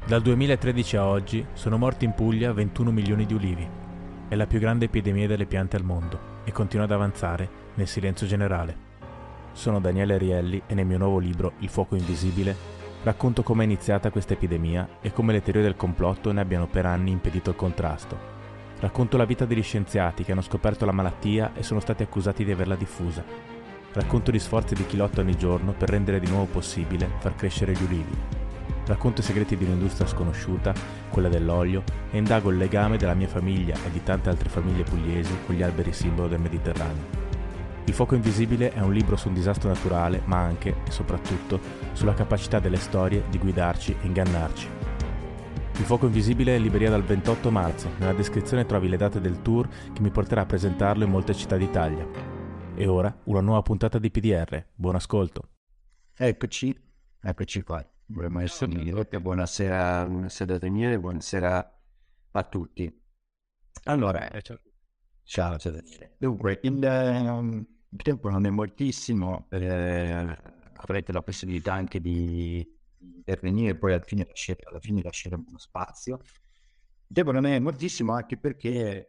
Dal 2013 a oggi sono morti in Puglia 21 milioni di ulivi. È la più grande epidemia delle piante al mondo e continua ad avanzare nel silenzio generale. Sono Daniele Rielli e nel mio nuovo libro Il fuoco invisibile racconto come è iniziata questa epidemia e come le teorie del complotto ne abbiano per anni impedito il contrasto. Racconto la vita degli scienziati che hanno scoperto la malattia e sono stati accusati di averla diffusa. Racconto gli sforzi di chi lotta ogni giorno per rendere di nuovo possibile far crescere gli ulivi. Racconto i segreti di un'industria sconosciuta, quella dell'olio, e indago il legame della mia famiglia e di tante altre famiglie pugliesi con gli alberi simbolo del Mediterraneo. Il fuoco invisibile è un libro su un disastro naturale, ma anche e soprattutto sulla capacità delle storie di guidarci e ingannarci. Il fuoco invisibile è in libreria dal 28 marzo. Nella descrizione trovi le date del tour che mi porterà a presentarlo in molte città d'Italia. E ora una nuova puntata di PDR. Buon ascolto. Eccoci qua. Maestro Mirotti, buonasera Daniele, buonasera a tutti. Allora, ciao Daniele. Dunque, il tempo non è moltissimo, avrete la possibilità anche di intervenire, poi alla fine lasceremo uno spazio. Il tempo non è moltissimo anche perché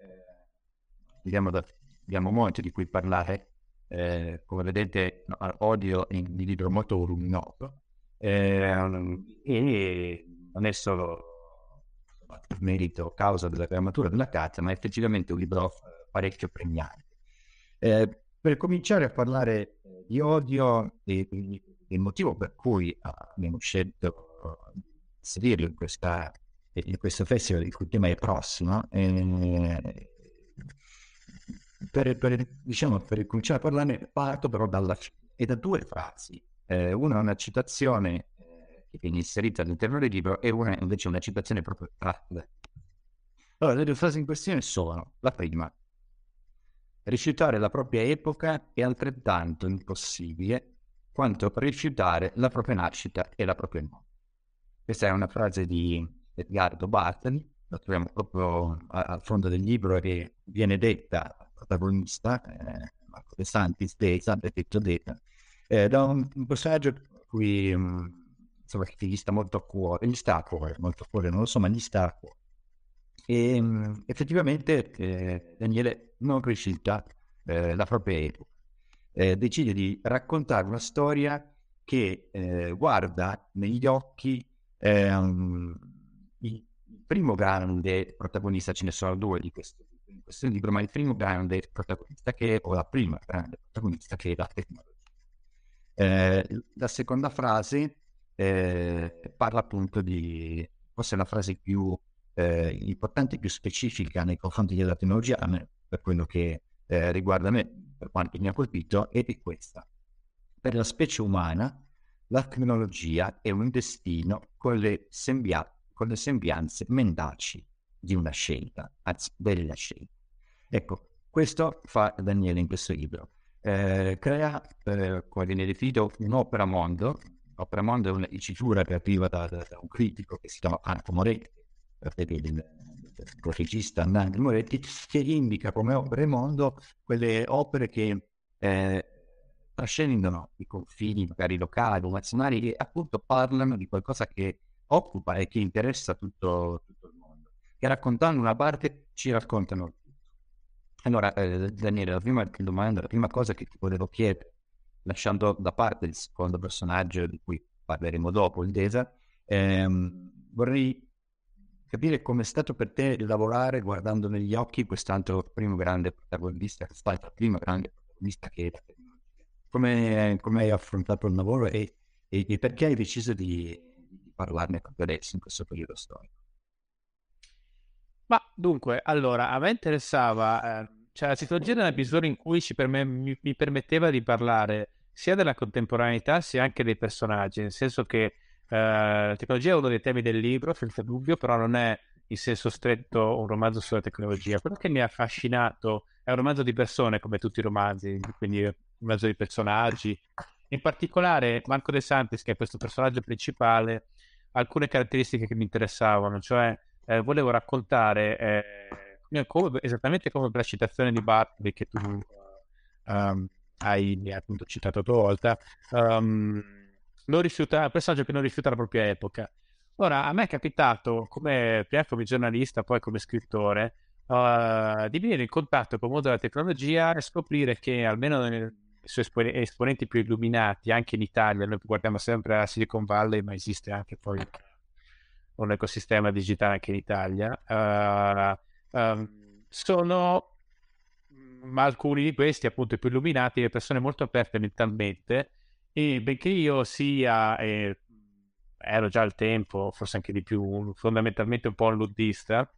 abbiamo molto di cui parlare. Come vedete, Odio è un libro molto voluminoso. E non è solo merito causa della grammatura della carta, ma è effettivamente un libro parecchio pregnante. Per cominciare a parlare di Odio, il motivo per cui abbiamo scelto di inserirlo in questo festival, il cui tema è prossimo, per cominciare a parlarne parto però da due frasi. Una è una citazione che viene inserita all'interno del libro e una invece è una citazione proprio tratta. Allora, le due frasi in questione sono: la prima, rifiutare la propria epoca è altrettanto impossibile quanto rifiutare la propria nascita e la propria morte. Questa è una frase di Edgardo Bartoli, la troviamo proprio al fondo del libro e viene detta al protagonista, Marco De Santis, detto da un personaggio a cui insomma, che gli sta molto a cuore, molto a cuore, non lo so, ma gli sta a cuore. E effettivamente Daniele non rifiuta la propria epoca, decide di raccontare una storia che guarda negli occhi il primo grande protagonista, ce ne sono due in questo libro, ma il primo grande protagonista o la prima grande protagonista che è la tecnologia. La seconda frase parla appunto di, forse la frase più importante, più specifica nei confronti della tecnologia, per quello che riguarda me, per quanto mi ha colpito, è questa: per la specie umana la tecnologia è un destino con le sembianze mendaci di una scelta, anzi della scelta. Ecco, questo fa Daniele in questo libro. Crea, come viene definito, un'opera mondo. Opera mondo è una dicitura che arriva da un critico che si chiama Franco Moretti, il regista Nanni Moretti, che indica come opere mondo quelle opere che trascendono i confini magari locali o nazionali e appunto parlano di qualcosa che occupa e che interessa tutto il mondo, che raccontando una parte ci raccontano tutto. Allora, Daniele, la prima cosa che ti volevo chiedere, lasciando da parte il secondo personaggio di cui parleremo dopo, il Desa, vorrei capire com'è stato per te lavorare guardando negli occhi quest'altro primo grande protagonista, quest'altra prima grande protagonista che è la tecnologia. Come hai affrontato il lavoro e perché hai deciso di parlarne proprio adesso, in questo periodo storico? Ma dunque, allora, a me interessava, cioè la tecnologia nella misura in cui mi permetteva di parlare sia della contemporaneità sia anche dei personaggi, nel senso che la tecnologia è uno dei temi del libro, senza dubbio, però non è in senso stretto un romanzo sulla tecnologia. Quello che mi ha affascinato è un romanzo di persone, come tutti i romanzi, quindi un romanzo di personaggi. In particolare Marco De Santis, che è questo personaggio principale, ha alcune caratteristiche che mi interessavano, cioè volevo raccontare esattamente come per la citazione di Bartley che tu hai appunto citato a tua volta, il personaggio che non rifiuta la propria epoca. Ora, a me è capitato, prima come giornalista, poi come scrittore, di venire in contatto con il mondo della tecnologia e scoprire che almeno nei suoi esponenti più illuminati, anche in Italia, noi guardiamo sempre a Silicon Valley, ma esiste anche poi un ecosistema digitale anche in Italia, sono ma alcuni di questi, appunto, i più illuminati, le persone molto aperte mentalmente, e benché io sia, ero già al tempo, forse anche di più, fondamentalmente un po' un luddista,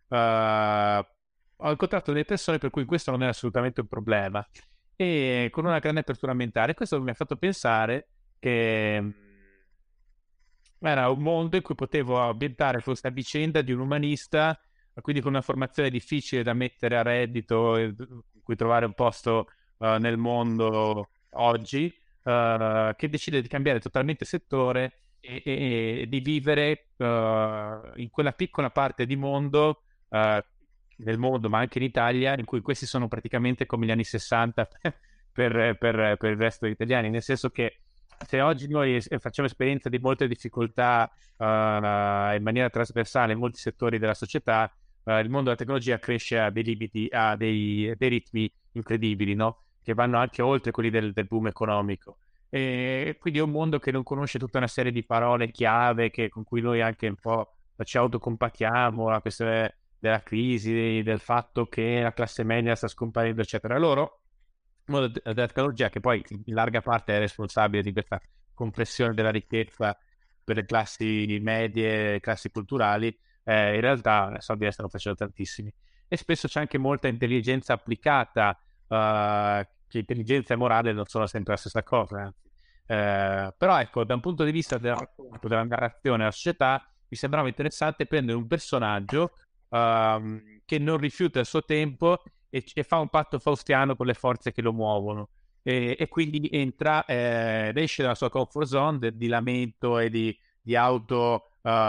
ho incontrato delle persone per cui questo non è assolutamente un problema, e con una grande apertura mentale. Questo mi ha fatto pensare che era un mondo in cui potevo ambientare questa vicenda di un umanista, quindi con una formazione difficile da mettere a reddito, in cui trovare un posto nel mondo oggi, che decide di cambiare totalmente settore e di vivere in quella piccola parte di mondo, nel mondo, ma anche in Italia, in cui questi sono praticamente come gli anni 60 per il resto degli italiani, nel senso che se oggi noi facciamo esperienza di molte difficoltà in maniera trasversale in molti settori della società, il mondo della tecnologia cresce a dei limiti, a dei ritmi incredibili, no? Che vanno anche oltre quelli del boom economico. E quindi è un mondo che non conosce tutta una serie di parole chiave con cui noi anche un po' ci autocompatiamo, la questione della crisi, del fatto che la classe media sta scomparendo, eccetera. Loro, il mondo della tecnologia, che poi in larga parte è responsabile di questa compressione della ricchezza per le classi medie, classi culturali, in realtà soldi stanno facendo tantissimi. E spesso c'è anche molta intelligenza applicata, che intelligenza e morale non sono sempre la stessa cosa, anzi. Però ecco, da un punto di vista della narrazione della società, mi sembrava interessante prendere un personaggio che non rifiuta il suo tempo e fa un patto faustiano con le forze che lo muovono. E quindi esce dalla sua comfort zone di lamento e di auto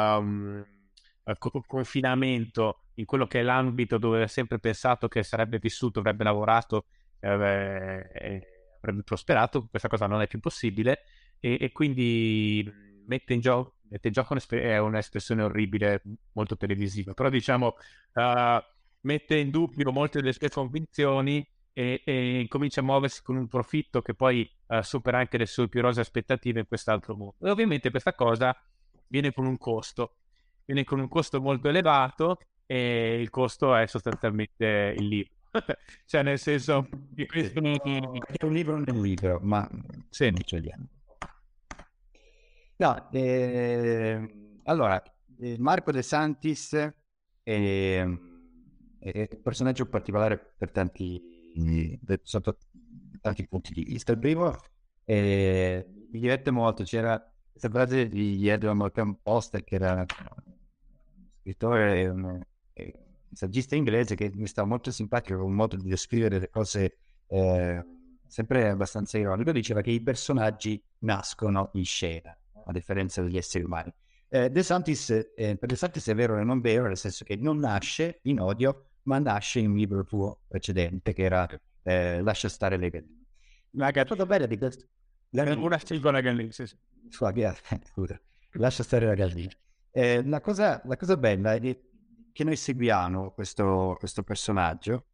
confinamento in quello che è l'ambito dove ha sempre pensato che sarebbe vissuto, avrebbe lavorato, avrebbe prosperato. Questa cosa non è più possibile, e quindi mette in gioco è un'espressione orribile, molto televisiva, però diciamo mette in dubbio molte delle sue convinzioni e comincia a muoversi con un profitto che poi supera anche le sue più rose aspettative in quest'altro mondo. E ovviamente questa cosa viene con un costo molto elevato, e il costo è sostanzialmente il libro. Cioè, nel senso che questo È un libro nel libro, ma sì. non ce li ha. No, allora, Marco De Santis è un personaggio particolare per sotto tanti punti di vista. Il primo mi diverte molto, c'era questa frase di Edward Morgan Foster, che era un scrittore e un saggista inglese, che mi stava molto simpatico, con un modo di descrivere le cose sempre abbastanza ironico. Diceva che i personaggi nascono in scena, a differenza degli esseri umani. De Santis, per De Santis è vero e non vero, nel senso che non nasce in odio, ma nasce in un libro tuo precedente, che era Lascia stare le galline. Ma che cosa bella di questo... Una singola gallina, sì. Scusa, lascia stare la gallina. La cosa bella è che noi seguiamo questo personaggio.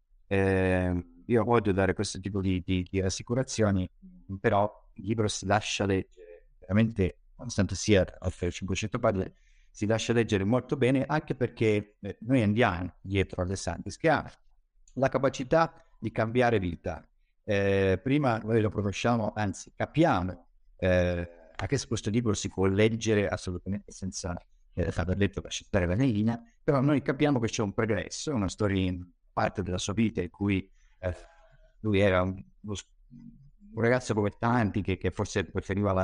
Io voglio dare questo tipo di rassicurazioni, però il libro si lascia leggere veramente, nonostante sia oltre 500 pagine, si lascia leggere molto bene, anche perché noi andiamo dietro a De Santis, che ha la capacità di cambiare vita. Prima noi lo conosciamo, anzi capiamo a che questo libro si può leggere assolutamente senza aver letto per accettare la gallina, però noi capiamo che c'è un progresso, una storia, parte della sua vita in cui lui era un ragazzo come tanti che forse preferiva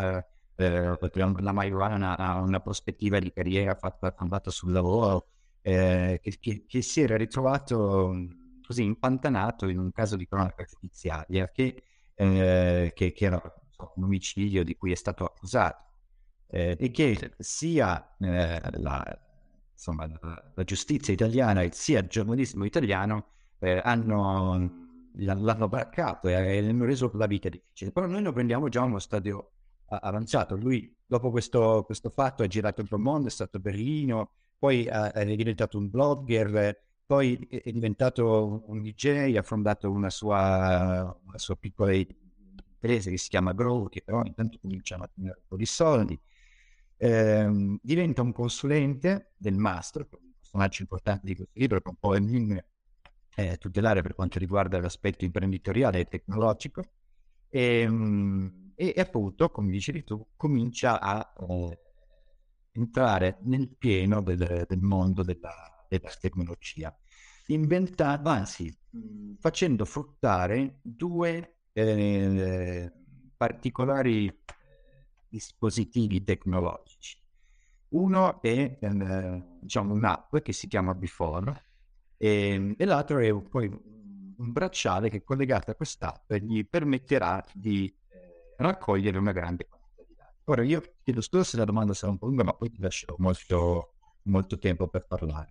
la marijuana a una prospettiva di carriera fatta sul lavoro, che si era ritrovato così impantanato in un caso di cronaca giudiziaria che era un omicidio di cui è stato accusato, e che sia la giustizia italiana e sia il giornalismo italiano l'hanno barcato e hanno reso la vita difficile. Però noi lo prendiamo già a uno stadio avanzato. Lui, dopo questo fatto, ha girato il mondo, è stato a Berlino, poi è diventato un blogger, poi è diventato un DJ, ha fondato una sua piccola impresa che si chiama Grow, che però intanto comincia a ottenere un po' di soldi. Diventa un consulente del mastro, un personaggio importante di questo libro, che un po' è tutelare per quanto riguarda l'aspetto imprenditoriale e tecnologico. E appunto, come dicevi tu, comincia a entrare nel pieno del mondo della tecnologia, facendo fruttare due particolari dispositivi tecnologici. Uno è diciamo un'app che si chiama Before e l'altro è poi un bracciale che collegato a quest'app gli permetterà di raccogliere una grande quantità di dati. Ora io chiedo scusa se la domanda sarà un po' lunga, ma poi ti lascerò molto tempo per parlare.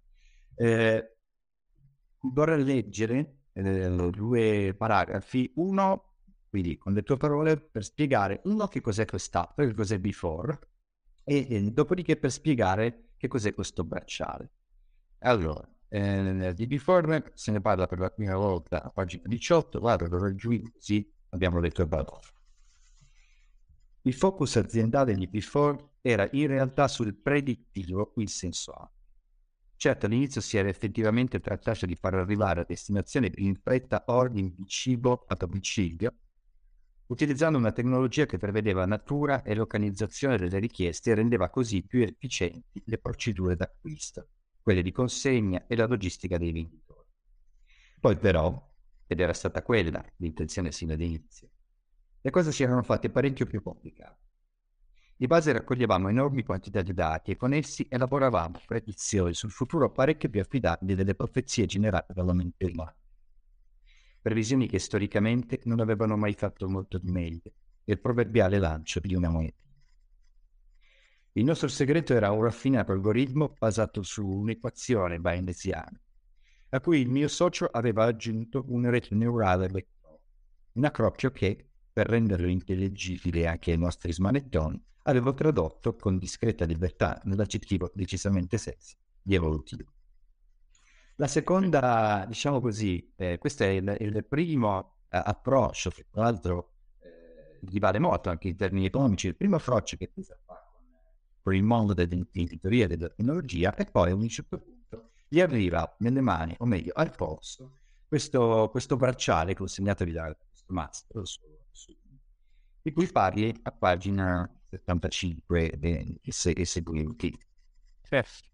Vorrei leggere due paragrafi, uno, quindi con le tue parole, per spiegare uno che cos'è quest'app, che cos'è Before, e dopodiché per spiegare che cos'è questo bracciale. Allora, di Before se ne parla per la prima volta a pagina 18, guarda, lo raggiungi così abbiamo le tue parole. Il focus aziendale di Before era in realtà sul predittivo in senso ampio. Certo, all'inizio si era effettivamente trattato di far arrivare a destinazione in fretta ordini di cibo a domicilio, utilizzando una tecnologia che prevedeva natura e localizzazione delle richieste e rendeva così più efficienti le procedure d'acquisto, quelle di consegna e la logistica dei venditori. Poi però, ed era stata quella l'intenzione sin dall'inizio, le cose si erano fatte parecchio più complicate. Di base raccoglievamo enormi quantità di dati e con essi elaboravamo predizioni sul futuro parecchio più affidabili delle profezie generate dalla mente umana. Previsioni che storicamente non avevano mai fatto molto di meglio del proverbiale lancio di una moneta. Il nostro segreto era un raffinato algoritmo basato su un'equazione bayesiana, a cui il mio socio aveva aggiunto una rete neurale elettronica, un accrocchio che, per renderlo intelligibile anche ai nostri smanettoni, avevo tradotto con discreta libertà nell'aggettivo decisamente sexy di evolutivo. La seconda, diciamo così, questo è il primo approccio, che tra l'altro gli vale molto anche in termini economici, il primo approccio che si fa con il mondo dell'imprenditoria e della tecnologia, e poi a un certo punto gli arriva nelle mani, o meglio al polso, questo bracciale consegnato da questo mastro di cui parli a pagina 75 e seguenti. Certo.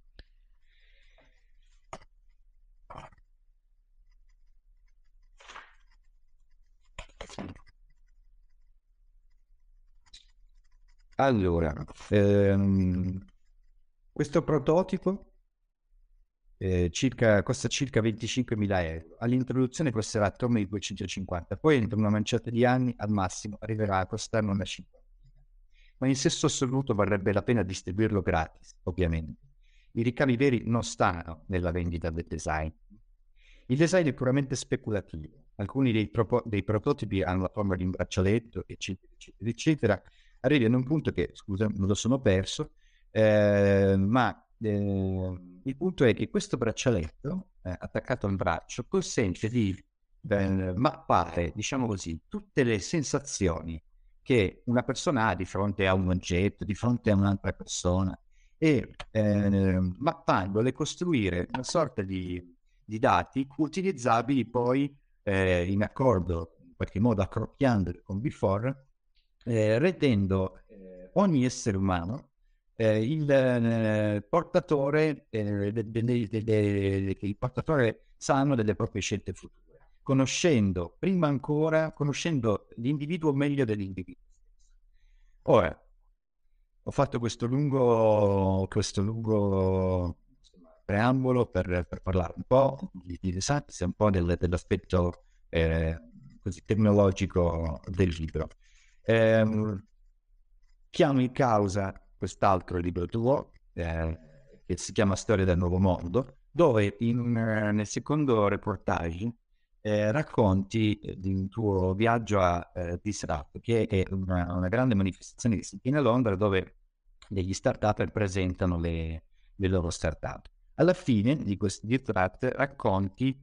Allora, questo prototipo costa circa 25.000 euro. All'introduzione costerà attorno ai 250, poi entro una manciata di anni al massimo arriverà a costare una 50. Ma in senso assoluto varrebbe la pena distribuirlo gratis, ovviamente. I ricavi veri non stanno nella vendita del design. Il design è puramente speculativo. Alcuni dei prototipi hanno la forma di un braccialetto, eccetera, eccetera, eccetera. Arrivi ad un punto che, scusa, me lo sono perso, ma il punto è che questo braccialetto attaccato al braccio consente di mappare, diciamo così, tutte le sensazioni che una persona ha di fronte a un oggetto, di fronte a un'altra persona, e mappandole costruire una sorta di dati utilizzabili poi in accordo, in qualche modo accrocchiandoli con Before, rendendo ogni essere umano il portatore il portatore sano delle proprie scelte future, conoscendo l'individuo meglio dell'individuo. Ora, ho fatto questo lungo preambolo per parlare un po' di design, un po' dell'aspetto così tecnologico del libro. Chiamo in causa quest'altro libro tuo, che si chiama Storia del Nuovo Mondo, dove nel secondo reportage racconti di un tuo viaggio a Disrupt, che è una grande manifestazione che si tiene a Londra, dove degli start-up presentano le loro start-up. Alla fine di questi Disrupt racconti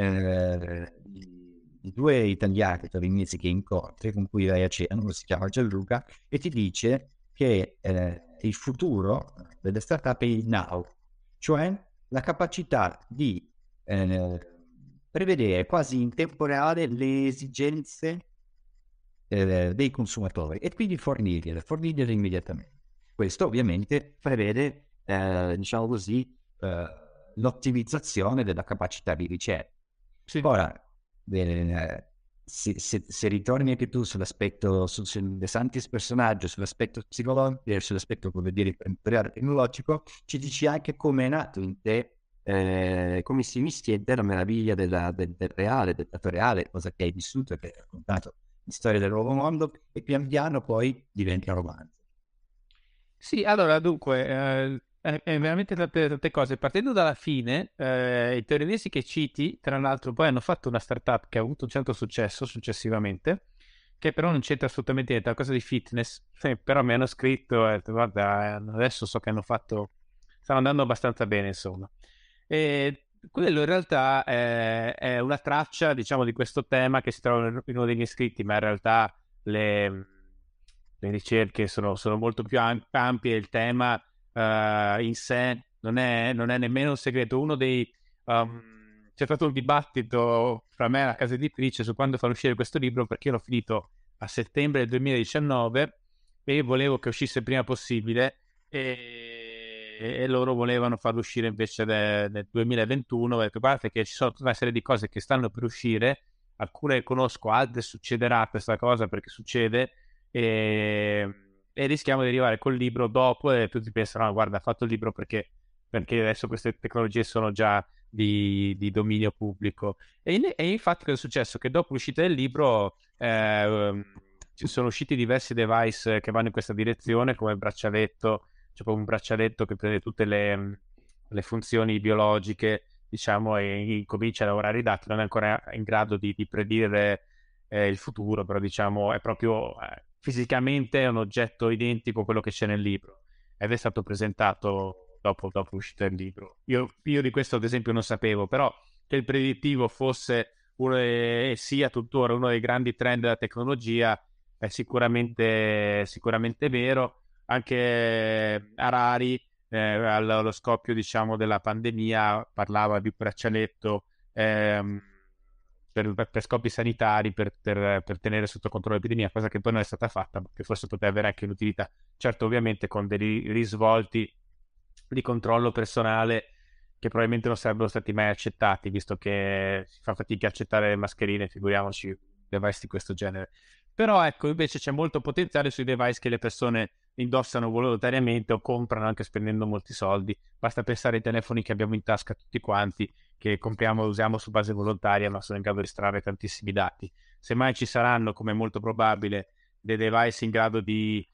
di due italiani torinesi che incontri, con cui vai a cena, uno si chiama Gianluca, e ti dice che il futuro delle start-up è il now, cioè la capacità di prevedere quasi in tempo reale le esigenze dei consumatori e quindi fornirle immediatamente. Questo ovviamente prevede, diciamo così, l'ottimizzazione della capacità di ricerca. Sì. Ora, se ritorni anche tu sull'aspetto, sul De Santis personaggio, sull'aspetto psicologico, sull'aspetto, come dire, imprenditoriale tecnologico, ci dici anche come è nato in te, come si mistienta la meraviglia del reale, del dato reale, cosa che hai vissuto e che hai raccontato in Storia del Nuovo Mondo, e pian piano poi diventa romanzo. Sì, allora dunque, è veramente tante cose. Partendo dalla fine, i torinesi che citi, tra l'altro, poi hanno fatto una startup che ha avuto un certo successo successivamente, che però non c'entra assolutamente niente, è una cosa di fitness. Però mi hanno scritto, e detto, guarda, adesso so che stanno andando abbastanza bene, insomma. E quello in realtà è una traccia, diciamo, di questo tema che si trova in uno dei miei scritti, ma in realtà le ricerche sono molto più ampie, il tema in sé non è nemmeno un segreto. C'è stato un dibattito fra me e la casa editrice su quando far uscire questo libro, perché io l'ho finito a settembre del 2019 e io volevo che uscisse il prima possibile, e loro volevano farlo uscire invece nel 2021. Ho detto, guardate che ci sono tutta una serie di cose che stanno per uscire, alcune conosco, altre succederà questa cosa perché succede, e rischiamo di arrivare col libro dopo e tutti pensano, no, guarda, ha fatto il libro perché adesso queste tecnologie sono già di dominio pubblico. E infatti cosa è successo? Che dopo l'uscita del libro ci sono usciti diversi device che vanno in questa direzione, come il braccialetto. C'è proprio un braccialetto che prende tutte le funzioni biologiche, diciamo, e comincia a lavorare i dati. Non è ancora in grado di predire il futuro, però diciamo è proprio fisicamente è un oggetto identico a quello che c'è nel libro, ed è stato presentato dopo l'uscita del libro. Io di questo ad esempio non sapevo, però che il predittivo fosse e sia tuttora uno dei grandi trend della tecnologia è sicuramente vero. Anche Harari allo scoppio, diciamo, della pandemia parlava di un braccialetto per scopi sanitari, per tenere sotto controllo l'epidemia, cosa che poi non è stata fatta, ma che forse poteva avere anche un'utilità, certo, ovviamente con dei risvolti di controllo personale che probabilmente non sarebbero stati mai accettati, visto che si fa fatica a accettare le mascherine, figuriamoci device di questo genere. Però ecco, invece c'è molto potenziale sui device che le persone indossano volontariamente o comprano anche spendendo molti soldi. Basta pensare ai telefoni che abbiamo in tasca tutti quanti, che compriamo e usiamo su base volontaria, ma sono in grado di estrarre tantissimi dati. Semmai ci saranno, come è molto probabile, dei device in grado di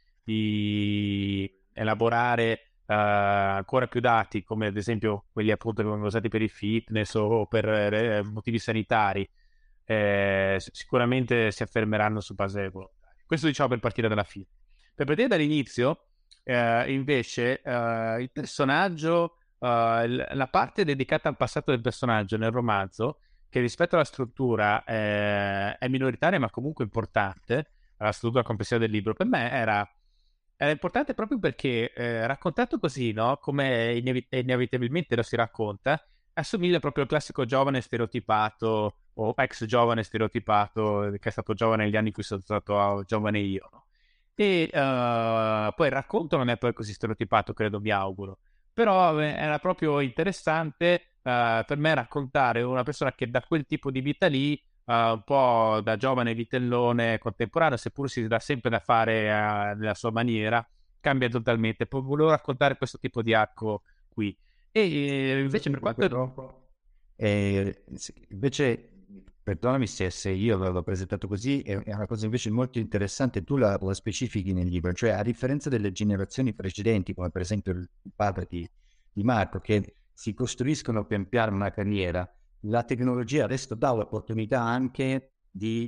elaborare ancora più dati, come ad esempio quelli appunto che vengono usati per il fitness o per motivi sanitari, sicuramente si affermeranno su base volontaria. Questo diciamo per partire dalla fine. Per partire dall'inizio, invece, il personaggio, la parte dedicata al passato del personaggio nel romanzo, che rispetto alla struttura è minoritaria ma comunque importante, alla struttura complessiva del libro, per me era importante proprio perché raccontato così, no? Come inevitabilmente lo si racconta, assomiglia proprio al classico giovane stereotipato o ex giovane stereotipato che è stato giovane negli anni in cui sono stato giovane io, no? E poi il racconto non è poi così stereotipato, credo, mi auguro, però era proprio interessante per me raccontare una persona che da quel tipo di vita lì, un po' da giovane vitellone contemporaneo, seppur si dà sempre da fare nella sua maniera, cambia totalmente. Poi volevo raccontare questo tipo di arco qui. E invece per quanto... invece, perdonami se io l'ho presentato così, è una cosa invece molto interessante, tu la specifichi nel libro, cioè a differenza delle generazioni precedenti, come per esempio il padre di Marco, che si costruiscono pian piano una carriera, la tecnologia adesso dà l'opportunità anche di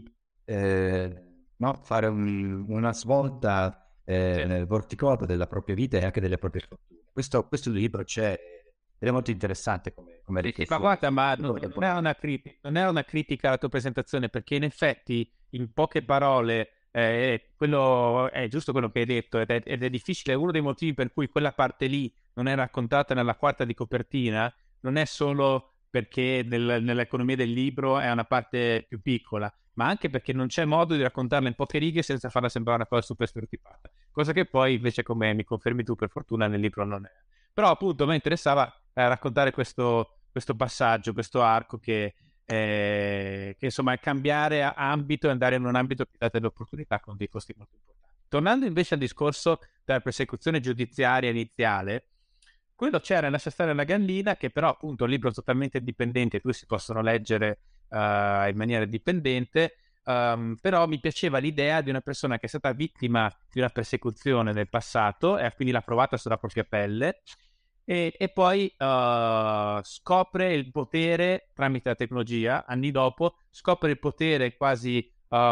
fare una svolta vorticosa della propria vita e anche delle proprie fortune. Questo libro c'è ed è molto interessante come Ma guarda, ma non è una critica alla tua presentazione, perché in effetti, in poche parole, quello è giusto quello che hai detto, ed è difficile. Uno dei motivi per cui quella parte lì non è raccontata nella quarta di copertina non è solo perché nell'economia del libro è una parte più piccola, ma anche perché non c'è modo di raccontarla in poche righe senza farla sembrare una cosa super stereotipata. Cosa che poi, invece, come mi confermi tu, per fortuna, nel libro non è. Però appunto mi interessava raccontare questo passaggio, questo arco che insomma è cambiare ambito e andare in un ambito che dà delle opportunità con dei costi molto importanti. Tornando invece al discorso della persecuzione giudiziaria iniziale, quello c'era in Lascia stare la gallina, che però appunto è un libro totalmente indipendente, due si possono leggere in maniera indipendente. Però mi piaceva l'idea di una persona che è stata vittima di una persecuzione nel passato e quindi l'ha provata sulla propria pelle e poi scopre il potere tramite la tecnologia, anni dopo, scopre il potere quasi,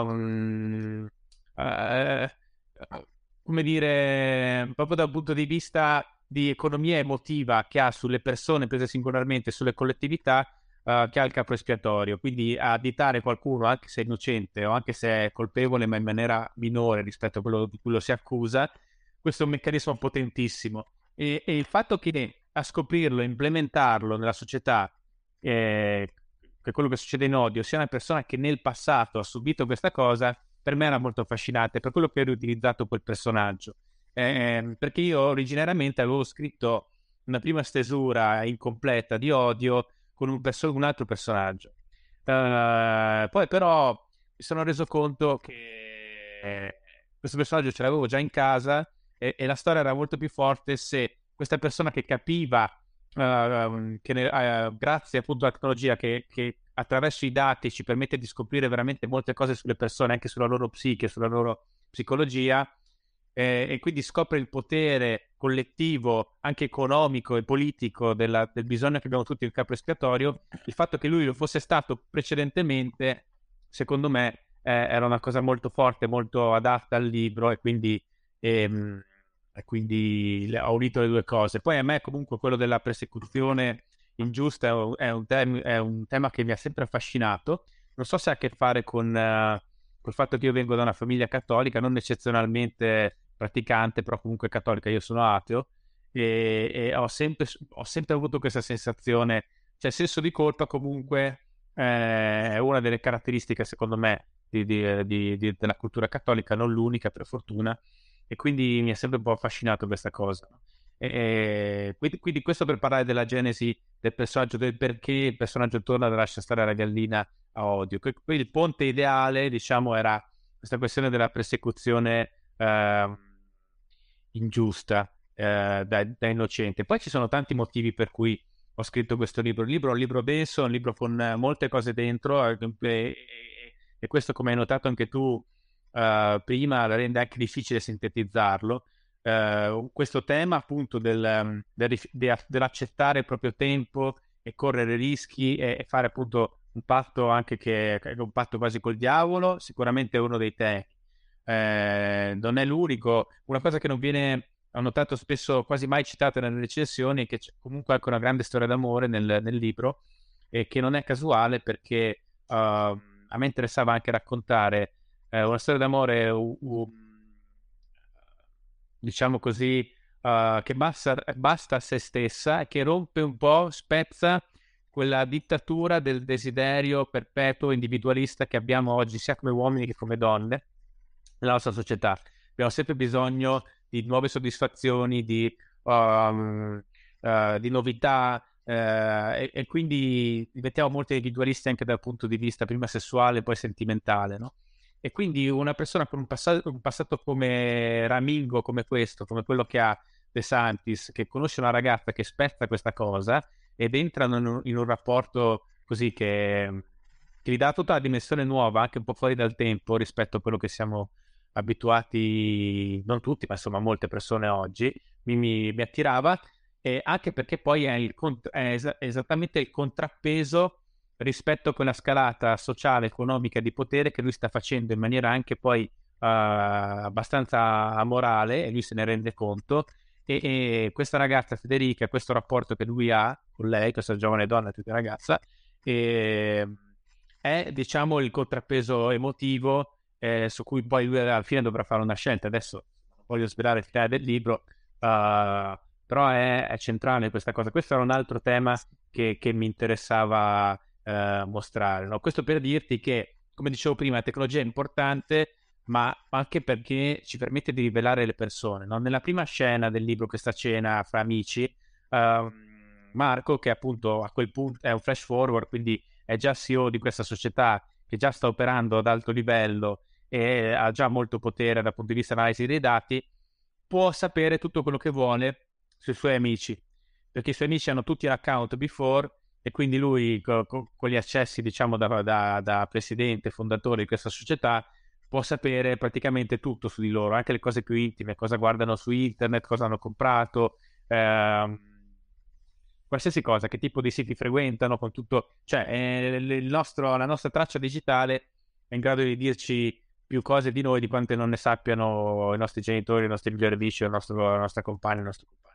come dire, proprio dal punto di vista di economia emotiva che ha sulle persone prese singolarmente, sulle collettività, che ha il capo espiatorio. Quindi additare qualcuno, anche se è innocente o anche se è colpevole, ma in maniera minore rispetto a quello di cui lo si accusa, questo è un meccanismo potentissimo. E il fatto che a scoprirlo, implementarlo nella società, che quello che succede in Odio, sia una persona che nel passato ha subito questa cosa, per me era molto affascinante, per quello che ho riutilizzato quel personaggio. Perché io originariamente avevo scritto una prima stesura incompleta di Odio con un altro personaggio. Poi però mi sono reso conto che questo personaggio ce l'avevo già in casa e la storia era molto più forte se questa persona che capiva grazie appunto alla tecnologia che attraverso i dati ci permette di scoprire veramente molte cose sulle persone, anche sulla loro psiche, sulla loro psicologia, e quindi scopre il potere collettivo, anche economico e politico del bisogno che abbiamo tutti di un capo espiatorio. Il fatto che lui lo fosse stato precedentemente, secondo me, era una cosa molto forte, molto adatta al libro ehm, e quindi ho unito le due cose. Poi a me comunque quello della persecuzione ingiusta è un tema che mi ha sempre affascinato. Non so se ha a che fare col fatto che io vengo da una famiglia cattolica, non eccezionalmente praticante, però comunque cattolica. Io sono ateo e ho sempre avuto questa sensazione, cioè il senso di colpa comunque è una delle caratteristiche, secondo me, della cultura cattolica, non l'unica, per fortuna, e quindi mi è sempre un po' affascinato questa cosa. Quindi questo per parlare della genesi del personaggio, del perché il personaggio torna da Lascia stare la gallina a Odio. Quindi il ponte ideale, diciamo, era questa questione della persecuzione ingiusta da innocente. Poi ci sono tanti motivi per cui ho scritto questo libro. Il libro è un libro denso, un libro con molte cose dentro e questo, come hai notato anche tu prima, la rende anche difficile sintetizzarlo. Questo tema appunto dell'accettare il proprio tempo e correre rischi e fare appunto un patto anche che è un patto quasi col diavolo, sicuramente è uno dei temi. Non è l'unico. Una cosa che non viene, ho notato spesso, quasi mai citata nelle recensioni, è che c'è comunque anche una grande storia d'amore nel libro e che non è casuale perché a me interessava anche raccontare una storia d'amore diciamo così, che basta a se stessa e che rompe un po', spezza quella dittatura del desiderio perpetuo individualista che abbiamo oggi, sia come uomini che come donne, nella nostra società. Abbiamo sempre bisogno di nuove soddisfazioni, di novità, e quindi diventiamo molto individualisti anche dal punto di vista prima sessuale, poi sentimentale, no? E quindi una persona con un passato come Ramingo, come questo, come quello che ha De Santis, che conosce una ragazza che spezza questa cosa ed entrano in un rapporto così che gli dà tutta la dimensione nuova, anche un po' fuori dal tempo rispetto a quello che siamo abituati, non tutti, ma insomma molte persone oggi, mi attirava, e anche perché poi è esattamente il contrappeso rispetto a quella scalata sociale, economica di potere che lui sta facendo in maniera anche poi abbastanza amorale, e lui se ne rende conto. E questa ragazza Federica, questo rapporto che lui ha con lei, questa giovane donna, più che ragazza, è diciamo il contrappeso emotivo su cui poi lui alla fine dovrà fare una scelta. Adesso non voglio svelare il finale del libro, però è centrale questa cosa. Questo era un altro tema che mi interessava mostrare, no? Questo per dirti che, come dicevo prima, la tecnologia è importante, ma anche perché ci permette di rivelare le persone, no? Nella prima scena del libro, questa cena fra amici, Marco, che appunto a quel punto è un flash forward, quindi è già CEO di questa società che già sta operando ad alto livello e ha già molto potere dal punto di vista analisi dei dati, può sapere tutto quello che vuole sui suoi amici, perché i suoi amici hanno tutti l'account before, e quindi lui con gli accessi, diciamo, da presidente, fondatore di questa società, può sapere praticamente tutto su di loro, anche le cose più intime, cosa guardano su internet, cosa hanno comprato, qualsiasi cosa, che tipo di siti frequentano, con tutto, cioè la nostra traccia digitale è in grado di dirci più cose di noi di quante non ne sappiano i nostri genitori, i nostri migliori amici, la nostra compagna, il nostro compagno.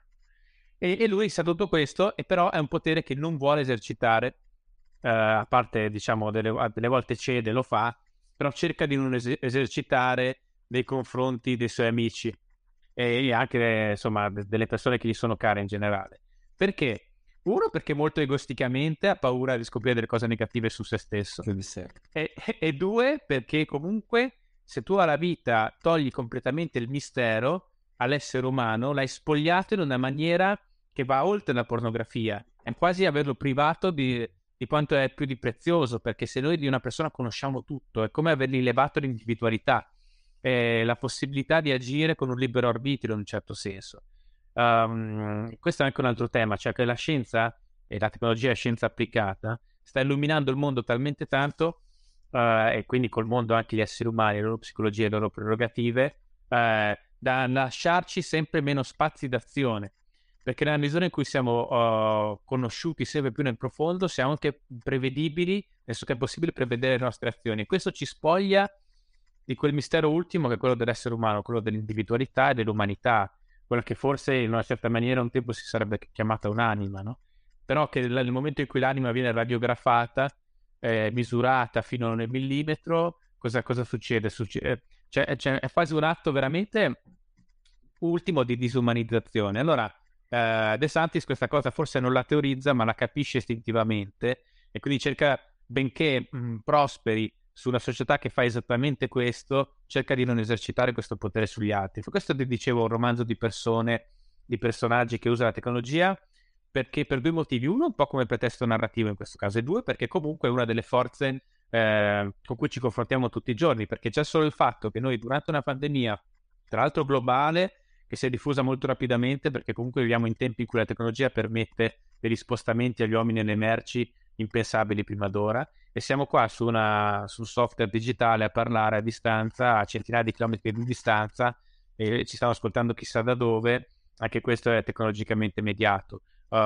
E lui sa tutto questo, e però è un potere che non vuole esercitare, a parte, diciamo, delle volte cede, lo fa, però cerca di non esercitare nei confronti dei suoi amici e anche, insomma, delle persone che gli sono care in generale. Perché? Uno, perché molto egoisticamente ha paura di scoprire delle cose negative su se stesso. E due, perché comunque se tu alla vita togli completamente il mistero all'essere umano, l'hai spogliato in una maniera che va oltre la pornografia. È quasi averlo privato di quanto è più di prezioso, perché se noi di una persona conosciamo tutto, è come avergli levato l'individualità, la possibilità di agire con un libero arbitrio in un certo senso. Questo è anche un altro tema, cioè che la scienza e la tecnologia è scienza applicata, sta illuminando il mondo talmente tanto, e quindi col mondo anche gli esseri umani, le loro psicologie, le loro prerogative, da lasciarci sempre meno spazi d'azione, perché nella misura in cui siamo conosciuti sempre più nel profondo, siamo anche prevedibili, adesso che è possibile prevedere le nostre azioni. Questo ci spoglia di quel mistero ultimo che è quello dell'essere umano, quello dell'individualità e dell'umanità, quella che forse in una certa maniera un tempo si sarebbe chiamata un'anima, no? Però che nel momento in cui l'anima viene radiografata, misurata fino nel millimetro, cosa succede? Cioè, è quasi un atto veramente ultimo di disumanizzazione. Allora, De Santis questa cosa forse non la teorizza, ma la capisce istintivamente, e quindi cerca, benché prosperi su una società che fa esattamente questo, cerca di non esercitare questo potere sugli altri. Per questo ti dicevo un romanzo di persone, di personaggi che usa la tecnologia, perché per due motivi: uno, un po' come pretesto narrativo in questo caso, e due, perché comunque è una delle forze con cui ci confrontiamo tutti i giorni, perché c'è solo il fatto che noi durante una pandemia, tra l'altro globale, che si è diffusa molto rapidamente, perché comunque viviamo in tempi in cui la tecnologia permette degli spostamenti agli uomini e alle merci impensabili prima d'ora, e siamo qua su un software digitale a parlare a distanza, a centinaia di chilometri di distanza, e ci stanno ascoltando chissà da dove. Anche questo è tecnologicamente mediato.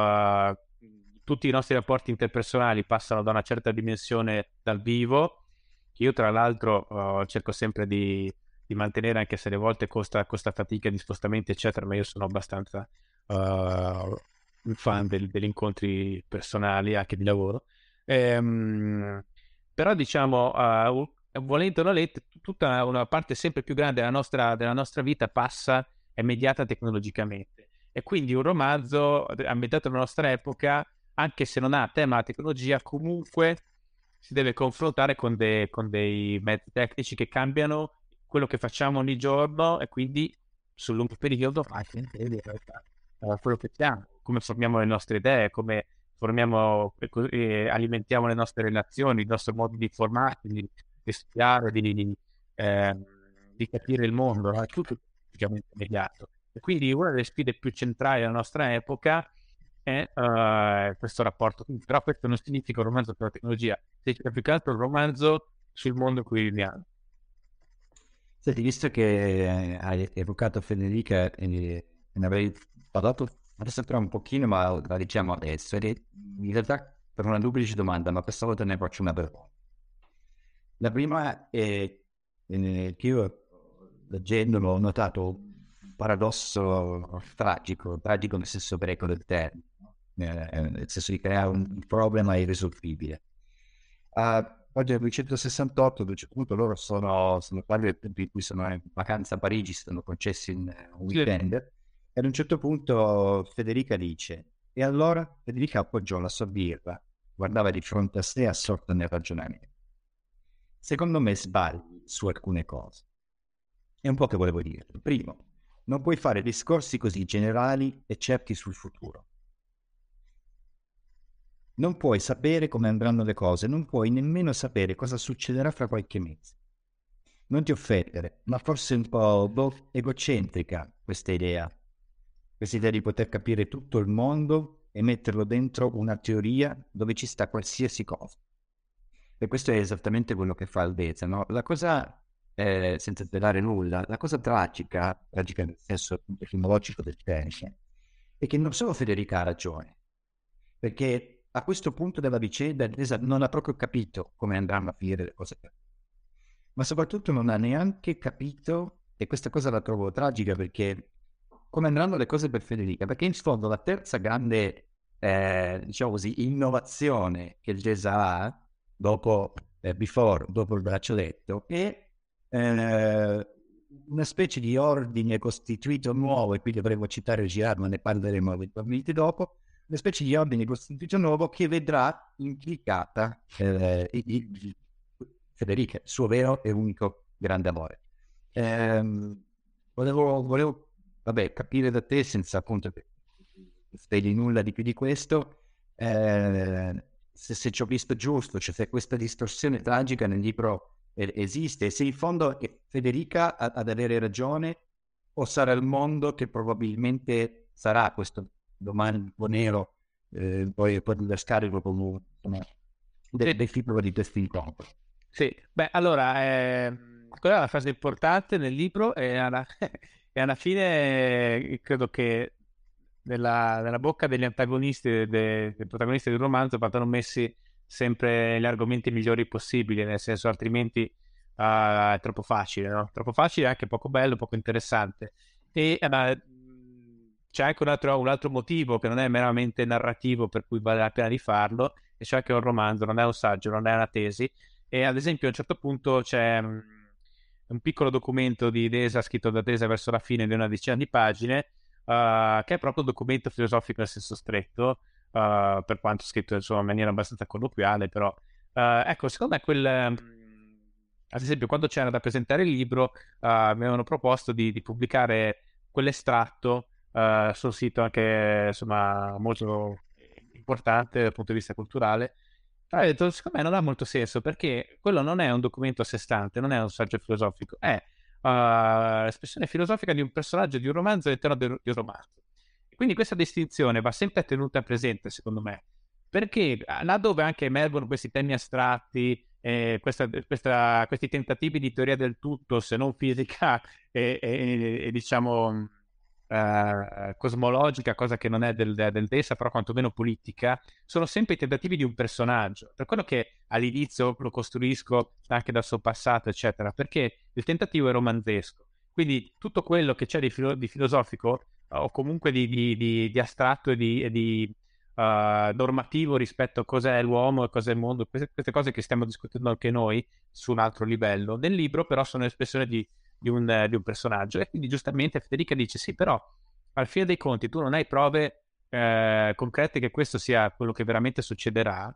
Tutti i nostri rapporti interpersonali passano da una certa dimensione dal vivo, che io tra l'altro cerco sempre di mantenere, anche se alle volte costa fatica di spostamenti eccetera, ma io sono abbastanza un fan degli incontri personali anche di lavoro. Però diciamo, volendo o nolente, tutta una parte sempre più grande della nostra vita è mediata tecnologicamente, e quindi un romanzo ambientato nella nostra epoca, anche se non ha tema la tecnologia, comunque si deve confrontare con dei mezzi tecnici che cambiano quello che facciamo ogni giorno, e quindi sul lungo periodo anche quello che siamo, come formiamo le nostre idee, come formiamo e alimentiamo le nostre relazioni, il nostro modo di formarci, di studiare, di capire il mondo, no? È tutto praticamente immediato. E quindi una delle sfide più centrali della nostra epoca è questo rapporto. Però questo non significa un romanzo sulla tecnologia, significa più che altro un romanzo sul mondo in cui viviamo. Senti, visto che hai evocato Federica e ne avevi parlato adesso però un pochino, ma la diciamo adesso, ed in realtà per una duplice domanda, ma questa volta ne faccio una per voi. La prima è che io leggendolo ho notato un paradosso tragico nel senso greco del termine, no? Nel senso di creare un problema irrisolvibile. Oggi è il 268, ad un certo punto loro sono quasi nel tempo in cui sono in vacanza a Parigi, si stanno concessi un weekend, e ad un certo punto Federica dice, e allora Federica appoggiò la sua birra, guardava di fronte a sé assorta nel ragionamento. Secondo me sbagli su alcune cose. È un po' che volevo dire. Primo, non puoi fare discorsi così generali e certi sul futuro. Non puoi sapere come andranno le cose, non puoi nemmeno sapere cosa succederà fra qualche mese. Non ti offendere, ma forse un po' egocentrica questa idea di poter capire tutto il mondo e metterlo dentro una teoria dove ci sta qualsiasi cosa. E questo è esattamente quello che fa Albeza, no? La cosa, senza svelare nulla, la cosa tragica nel senso etimologico del termine, è che non solo Federica ha ragione, perché a questo punto della vicenda Albeza non ha proprio capito come andranno a finire le cose, ma soprattutto non ha neanche capito, e questa cosa la trovo tragica, perché come andranno le cose per Federica, perché in fondo la terza grande, diciamo così, innovazione che il jazz ha, dopo il braccialetto, è una specie di ordine costituito nuovo, e qui dovremmo citare Girard, ma ne parleremo eventualmente dopo, una specie di ordine costituito nuovo che vedrà implicata Federica, il suo vero e unico grande amore. Volevo capire da te, senza appunto svegli nulla di più di questo, se ci ho visto giusto, cioè se questa distorsione tragica nel libro esiste, se in fondo è Federica ad avere ragione, o sarà il mondo che probabilmente sarà questo domani nero, poi innescare proprio del fibro di questo incontro. Sì, beh, allora, quella è la fase importante nel libro e e alla fine credo che nella bocca degli antagonisti, dei protagonisti del romanzo vadano messi sempre gli argomenti migliori possibili, nel senso altrimenti è troppo facile, no? Troppo facile, anche poco bello, poco interessante. E c'è anche un altro motivo che non è meramente narrativo per cui vale la pena di farlo, e cioè che è un romanzo, non è un saggio, non è una tesi. E ad esempio a un certo punto c'è un piccolo documento di Desa scritto da Desa verso la fine di una decina di pagine, che è proprio un documento filosofico nel senso stretto, per quanto scritto insomma, in maniera abbastanza colloquiale, però ecco, secondo me ad esempio quando c'era da presentare il libro mi avevano proposto di pubblicare quell'estratto sul sito anche insomma molto importante dal punto di vista culturale. Però ho detto, secondo me non ha molto senso, perché quello non è un documento a sé stante, non è un saggio filosofico, è l'espressione filosofica di un personaggio di un romanzo all'interno di un romanzo. E quindi questa distinzione va sempre tenuta presente, secondo me, perché laddove anche emergono questi temi astratti, questi tentativi di teoria del tutto, se non fisica e diciamo cosmologica, cosa che non è del Dessa, però quantomeno politica, sono sempre i tentativi di un personaggio. Per quello che all'inizio lo costruisco anche dal suo passato, eccetera, perché il tentativo è romanzesco. Quindi tutto quello che c'è di filosofico o comunque di astratto e di normativo rispetto a cos'è l'uomo e cos'è il mondo, queste cose che stiamo discutendo anche noi su un altro livello. Nel libro però sono espressione di un personaggio, e quindi giustamente Federica dice sì, però al fine dei conti tu non hai prove concrete che questo sia quello che veramente succederà,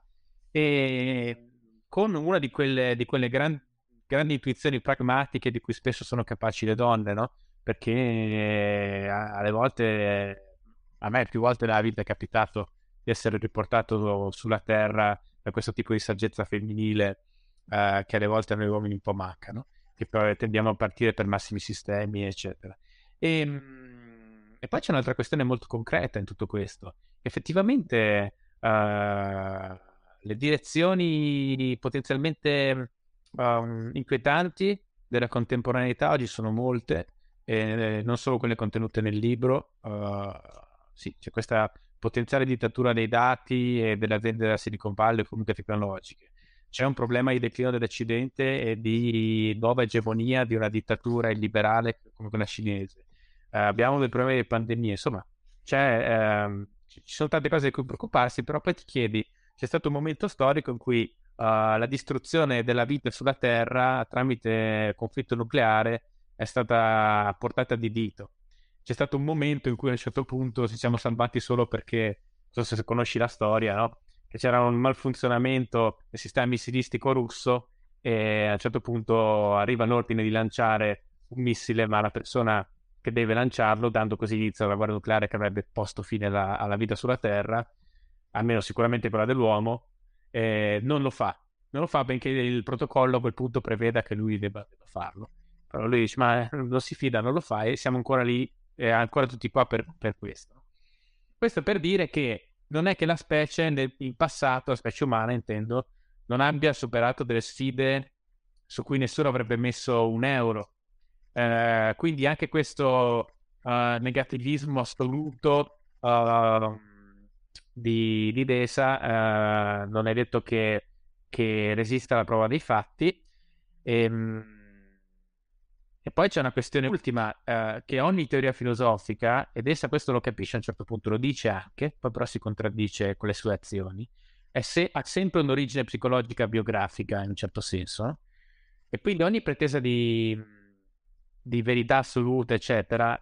e con una di quelle grandi intuizioni pragmatiche di cui spesso sono capaci le donne, no? Perché alle volte a me più volte nella vita è capitato di essere riportato sulla terra da questo tipo di saggezza femminile che alle volte a noi uomini un po' mancano, che poi tendiamo a partire per massimi sistemi, eccetera. E poi c'è un'altra questione molto concreta in tutto questo. Effettivamente le direzioni potenzialmente inquietanti della contemporaneità oggi sono molte, non solo quelle contenute nel libro. Sì, c'è questa potenziale dittatura dei dati e delle aziende della Silicon Valley o comunque tecnologiche. C'è un problema di declino dell'Occidente e di nuova egemonia di una dittatura illiberale come quella cinese. Abbiamo dei problemi di pandemia, insomma, ci sono tante cose di cui preoccuparsi, però poi ti chiedi, c'è stato un momento storico in cui la distruzione della vita sulla Terra tramite conflitto nucleare è stata portata di dito. C'è stato un momento in cui a un certo punto ci siamo salvati solo perché, non so se conosci la storia, no? Che c'era un malfunzionamento del sistema missilistico russo e a un certo punto arriva l'ordine di lanciare un missile, ma la persona che deve lanciarlo, dando così inizio alla guerra nucleare che avrebbe posto fine alla vita sulla Terra, almeno sicuramente quella dell'uomo, non lo fa. Non lo fa benché il protocollo a quel punto preveda che lui debba farlo. Però lui dice, ma non si fida, non lo fa e siamo ancora lì, ancora tutti qua per questo. Questo per dire che non è che la specie in passato, la specie umana intendo, non abbia superato delle sfide su cui nessuno avrebbe messo un euro. Quindi anche questo negativismo assoluto di Desa non è detto che resista alla prova dei fatti. E poi c'è una questione ultima, che ogni teoria filosofica, ed essa questo lo capisce a un certo punto, lo dice anche, poi però si contraddice con le sue azioni, ha sempre un'origine psicologica biografica in un certo senso, no? E quindi ogni pretesa di verità assoluta, eccetera,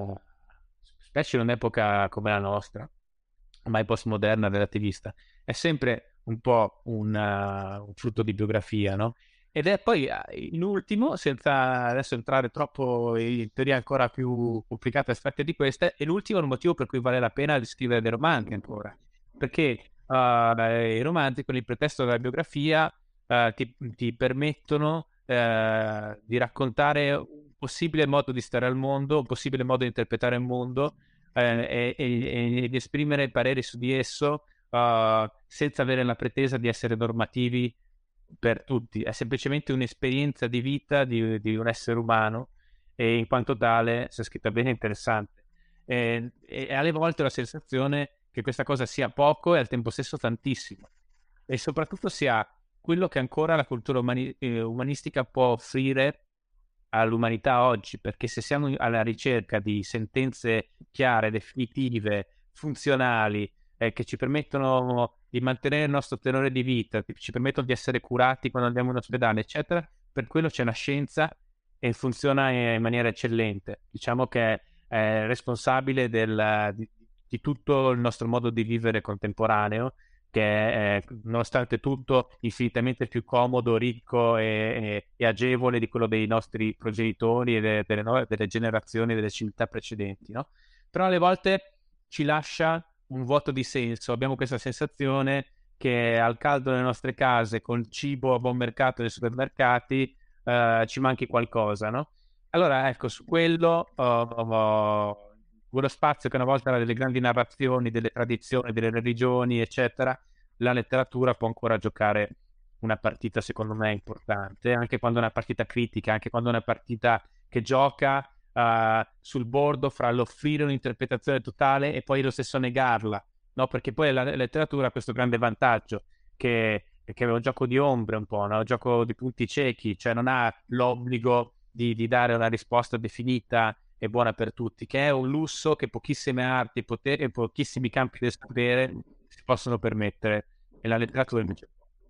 specie in un'epoca come la nostra, ormai postmoderna, relativista, è sempre un po' un frutto di biografia, no? Ed è poi, in ultimo, senza adesso entrare troppo in teorie ancora più complicate aspetti di queste, è l'ultimo il motivo per cui vale la pena di scrivere dei romanzi ancora. Perché i romanzi, con il pretesto della biografia, ti permettono di raccontare un possibile modo di stare al mondo, un possibile modo di interpretare il mondo e di esprimere pareri su di esso senza avere la pretesa di essere normativi per tutti. È semplicemente un'esperienza di vita di un essere umano e in quanto tale, se è scritta bene, è interessante. E alle volte ho la sensazione che questa cosa sia poco e al tempo stesso tantissimo. E soprattutto sia quello che ancora la cultura umanistica può offrire all'umanità oggi, perché se siamo alla ricerca di sentenze chiare, definitive, funzionali, che ci permettono di mantenere il nostro tenore di vita, che ci permettono di essere curati quando andiamo in ospedale, eccetera, per quello c'è una scienza e funziona in maniera eccellente. Diciamo che è responsabile di tutto il nostro modo di vivere contemporaneo, che è, nonostante tutto, infinitamente più comodo, ricco e agevole di quello dei nostri progenitori e delle generazioni delle civiltà precedenti, no? Però alle volte ci lascia un vuoto di senso. Abbiamo questa sensazione che al caldo nelle nostre case, col cibo a buon mercato nei supermercati, ci manchi qualcosa, no? Allora, ecco, su quello quello spazio che una volta era delle grandi narrazioni, delle tradizioni, delle religioni, eccetera, la letteratura può ancora giocare una partita, secondo me, importante, anche quando è una partita critica, anche quando è una partita che gioca sul bordo fra l'offrire un'interpretazione totale e poi lo stesso negarla, no? Perché poi la letteratura ha questo grande vantaggio che è un gioco di ombre un po', no? Un gioco di punti ciechi, cioè non ha l'obbligo di dare una risposta definita e buona per tutti, che è un lusso che pochissime arti e pochissimi campi del sapere si possono permettere, e la letteratura invece.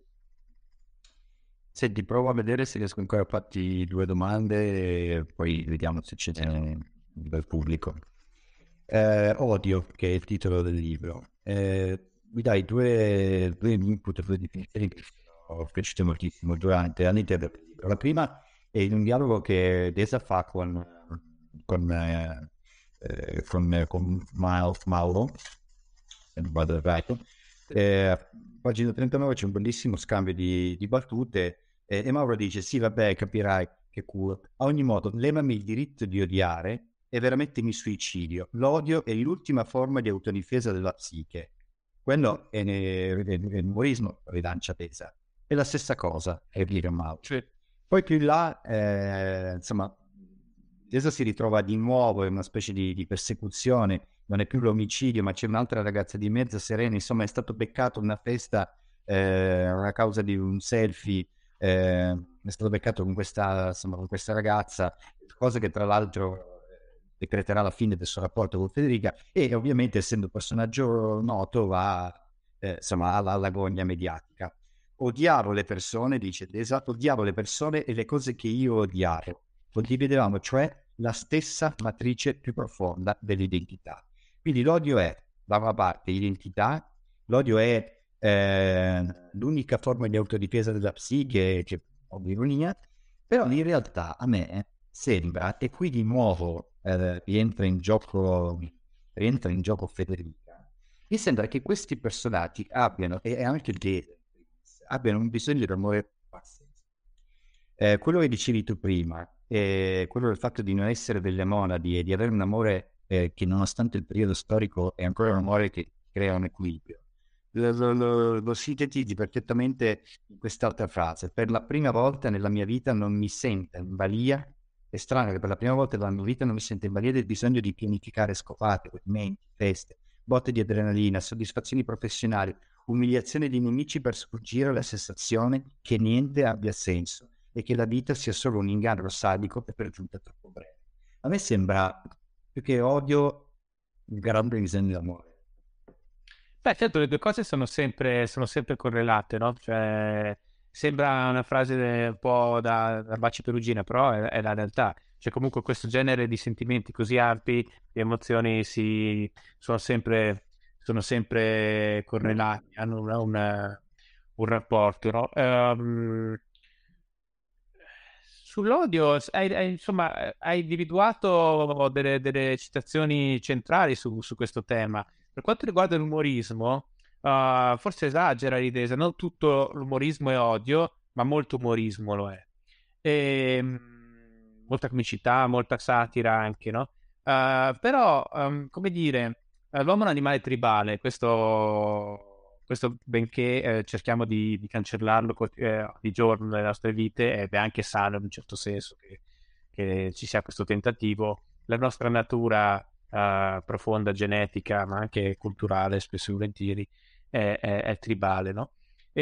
Senti, provo a vedere se riesco ancora a farti due domande e poi vediamo se c'è del pubblico. Odio, che è il titolo del libro. Mi dai due input, due definizioni che sono piaciute moltissimo durante all'interno del libro. La prima è in un dialogo che Desa fa con Miles Mauro, se non vado errato. Pagina 39 c'è un bellissimo scambio di battute e Mauro dice: sì, vabbè, capirai che culo. A ogni modo, levami il diritto di odiare e veramente mi suicidio. L'odio è l'ultima forma di autodifesa della psiche. Quello è l'umorismo, rilancia Desa. È la stessa cosa, è dire Mauro. Sì. Poi più in là, insomma, Desa si ritrova di nuovo in una specie di persecuzione non è più l'omicidio, ma c'è un'altra ragazza di mezza Serena, insomma è stato beccato una festa a causa di un selfie, è stato beccato con insomma, con questa ragazza, cosa che tra l'altro decreterà la fine del suo rapporto con Federica, e ovviamente essendo un personaggio noto va insomma alla gogna mediatica. Odiavo le persone, dice, esatto, odiavo le persone e le cose che io odiavo. Condividevamo cioè la stessa matrice più profonda dell'identità. Quindi l'odio è, da una parte, identità, l'odio è l'unica forma di autodifesa della psiche, che è un'ironia, però in realtà a me sembra, e qui di nuovo rientra in gioco Federica, mi sembra che questi personaggi abbiano, e anche Dave, abbiano un bisogno di amore pazzesco. Quello che dicevi tu prima, quello del fatto di non essere delle monadi e di avere un amore che nonostante il periodo storico è ancora un amore che crea un equilibrio. Lo sintetizzi perfettamente in quest'altra frase: per la prima volta nella mia vita non mi sento in balia, è strano che per la prima volta nella mia vita non mi sento in balia del bisogno di pianificare scopate, godimenti, feste, botte di adrenalina, soddisfazioni professionali, umiliazione di nemici per sfuggire alla sensazione che niente abbia senso e che la vita sia solo un inganno sadico e per giunta troppo breve. A me sembra più che odio un grande disegno d'amore. Beh, certo, le due cose sono sempre correlate, no? Cioè, sembra una frase un po' da baci perugina, però è la realtà. Cioè, comunque questo genere di sentimenti così ampi, di emozioni, sono sempre correlati, hanno un rapporto, no? Sull'odio, insomma, hai individuato delle citazioni centrali su questo tema. Per quanto riguarda l'umorismo, forse esagera l'idea, non tutto l'umorismo è odio, ma molto umorismo lo è. Molta comicità, molta satira anche, no? Però, come dire, l'uomo è un animale tribale, questo benché cerchiamo di cancellarlo di giorno nelle nostre vite, ed è anche sano in un certo senso che ci sia questo tentativo. La nostra natura profonda, genetica, ma anche culturale, spesso e volentieri, è tribale, no?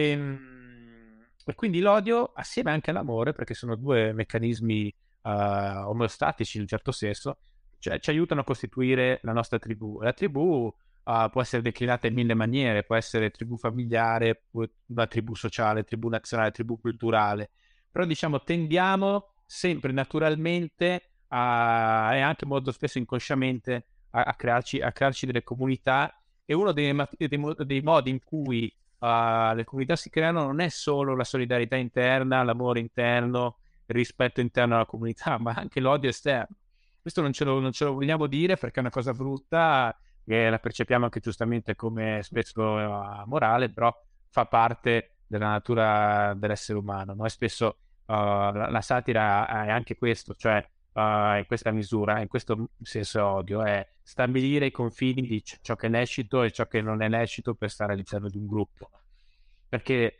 E quindi l'odio, assieme anche all'amore, perché sono due meccanismi omeostatici in un certo senso, cioè, ci aiutano a costituire la nostra tribù. La tribù può essere declinata in mille maniere, può essere tribù familiare, una tribù sociale, tribù nazionale, tribù culturale, però diciamo tendiamo sempre naturalmente e anche molto spesso inconsciamente a crearci delle comunità, e uno dei modi in cui le comunità si creano non è solo la solidarietà interna, l'amore interno, il rispetto interno alla comunità, ma anche l'odio esterno. Questo non ce lo vogliamo dire perché è una cosa brutta, che la percepiamo anche giustamente come spesso morale, però fa parte della natura dell'essere umano, no? E spesso la satira è anche questo, cioè in questa misura, in questo senso odio, è stabilire i confini di ciò che è lecito e ciò che non è lecito per stare all'interno di un gruppo. Perché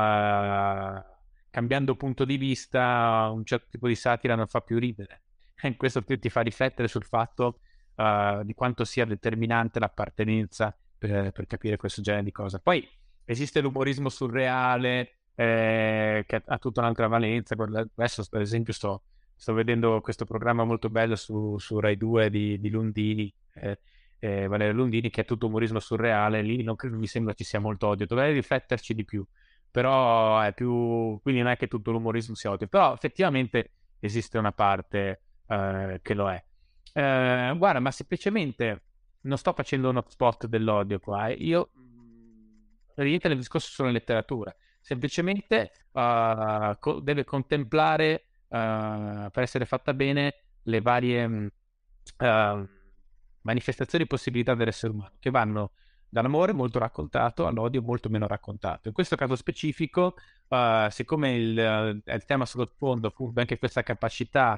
cambiando punto di vista, un certo tipo di satira non fa più ridere. E questo ti fa riflettere sul fatto di quanto sia determinante l'appartenenza per capire questo genere di cose. Poi esiste l'umorismo surreale che ha tutta un'altra valenza. Adesso, per esempio, sto vedendo questo programma molto bello su Rai 2 di Lundini, Valerio Lundini, che è tutto umorismo surreale. Lì non mi sembra ci sia molto odio, dovrei rifletterci di più, però è più, quindi non è che tutto l'umorismo sia odio, però effettivamente esiste una parte che lo è. Guarda, ma semplicemente non sto facendo uno spot dell'odio qua, io rientra nel discorso sulla letteratura, semplicemente deve contemplare per essere fatta bene le varie manifestazioni e possibilità dell'essere umano, che vanno dall'amore molto raccontato all'odio molto meno raccontato. In questo caso specifico, siccome il tema sottofondo fu anche questa capacità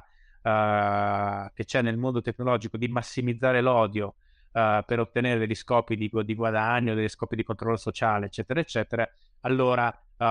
che c'è nel mondo tecnologico di massimizzare l'odio per ottenere degli scopi di guadagno, degli scopi di controllo sociale, eccetera, eccetera, allora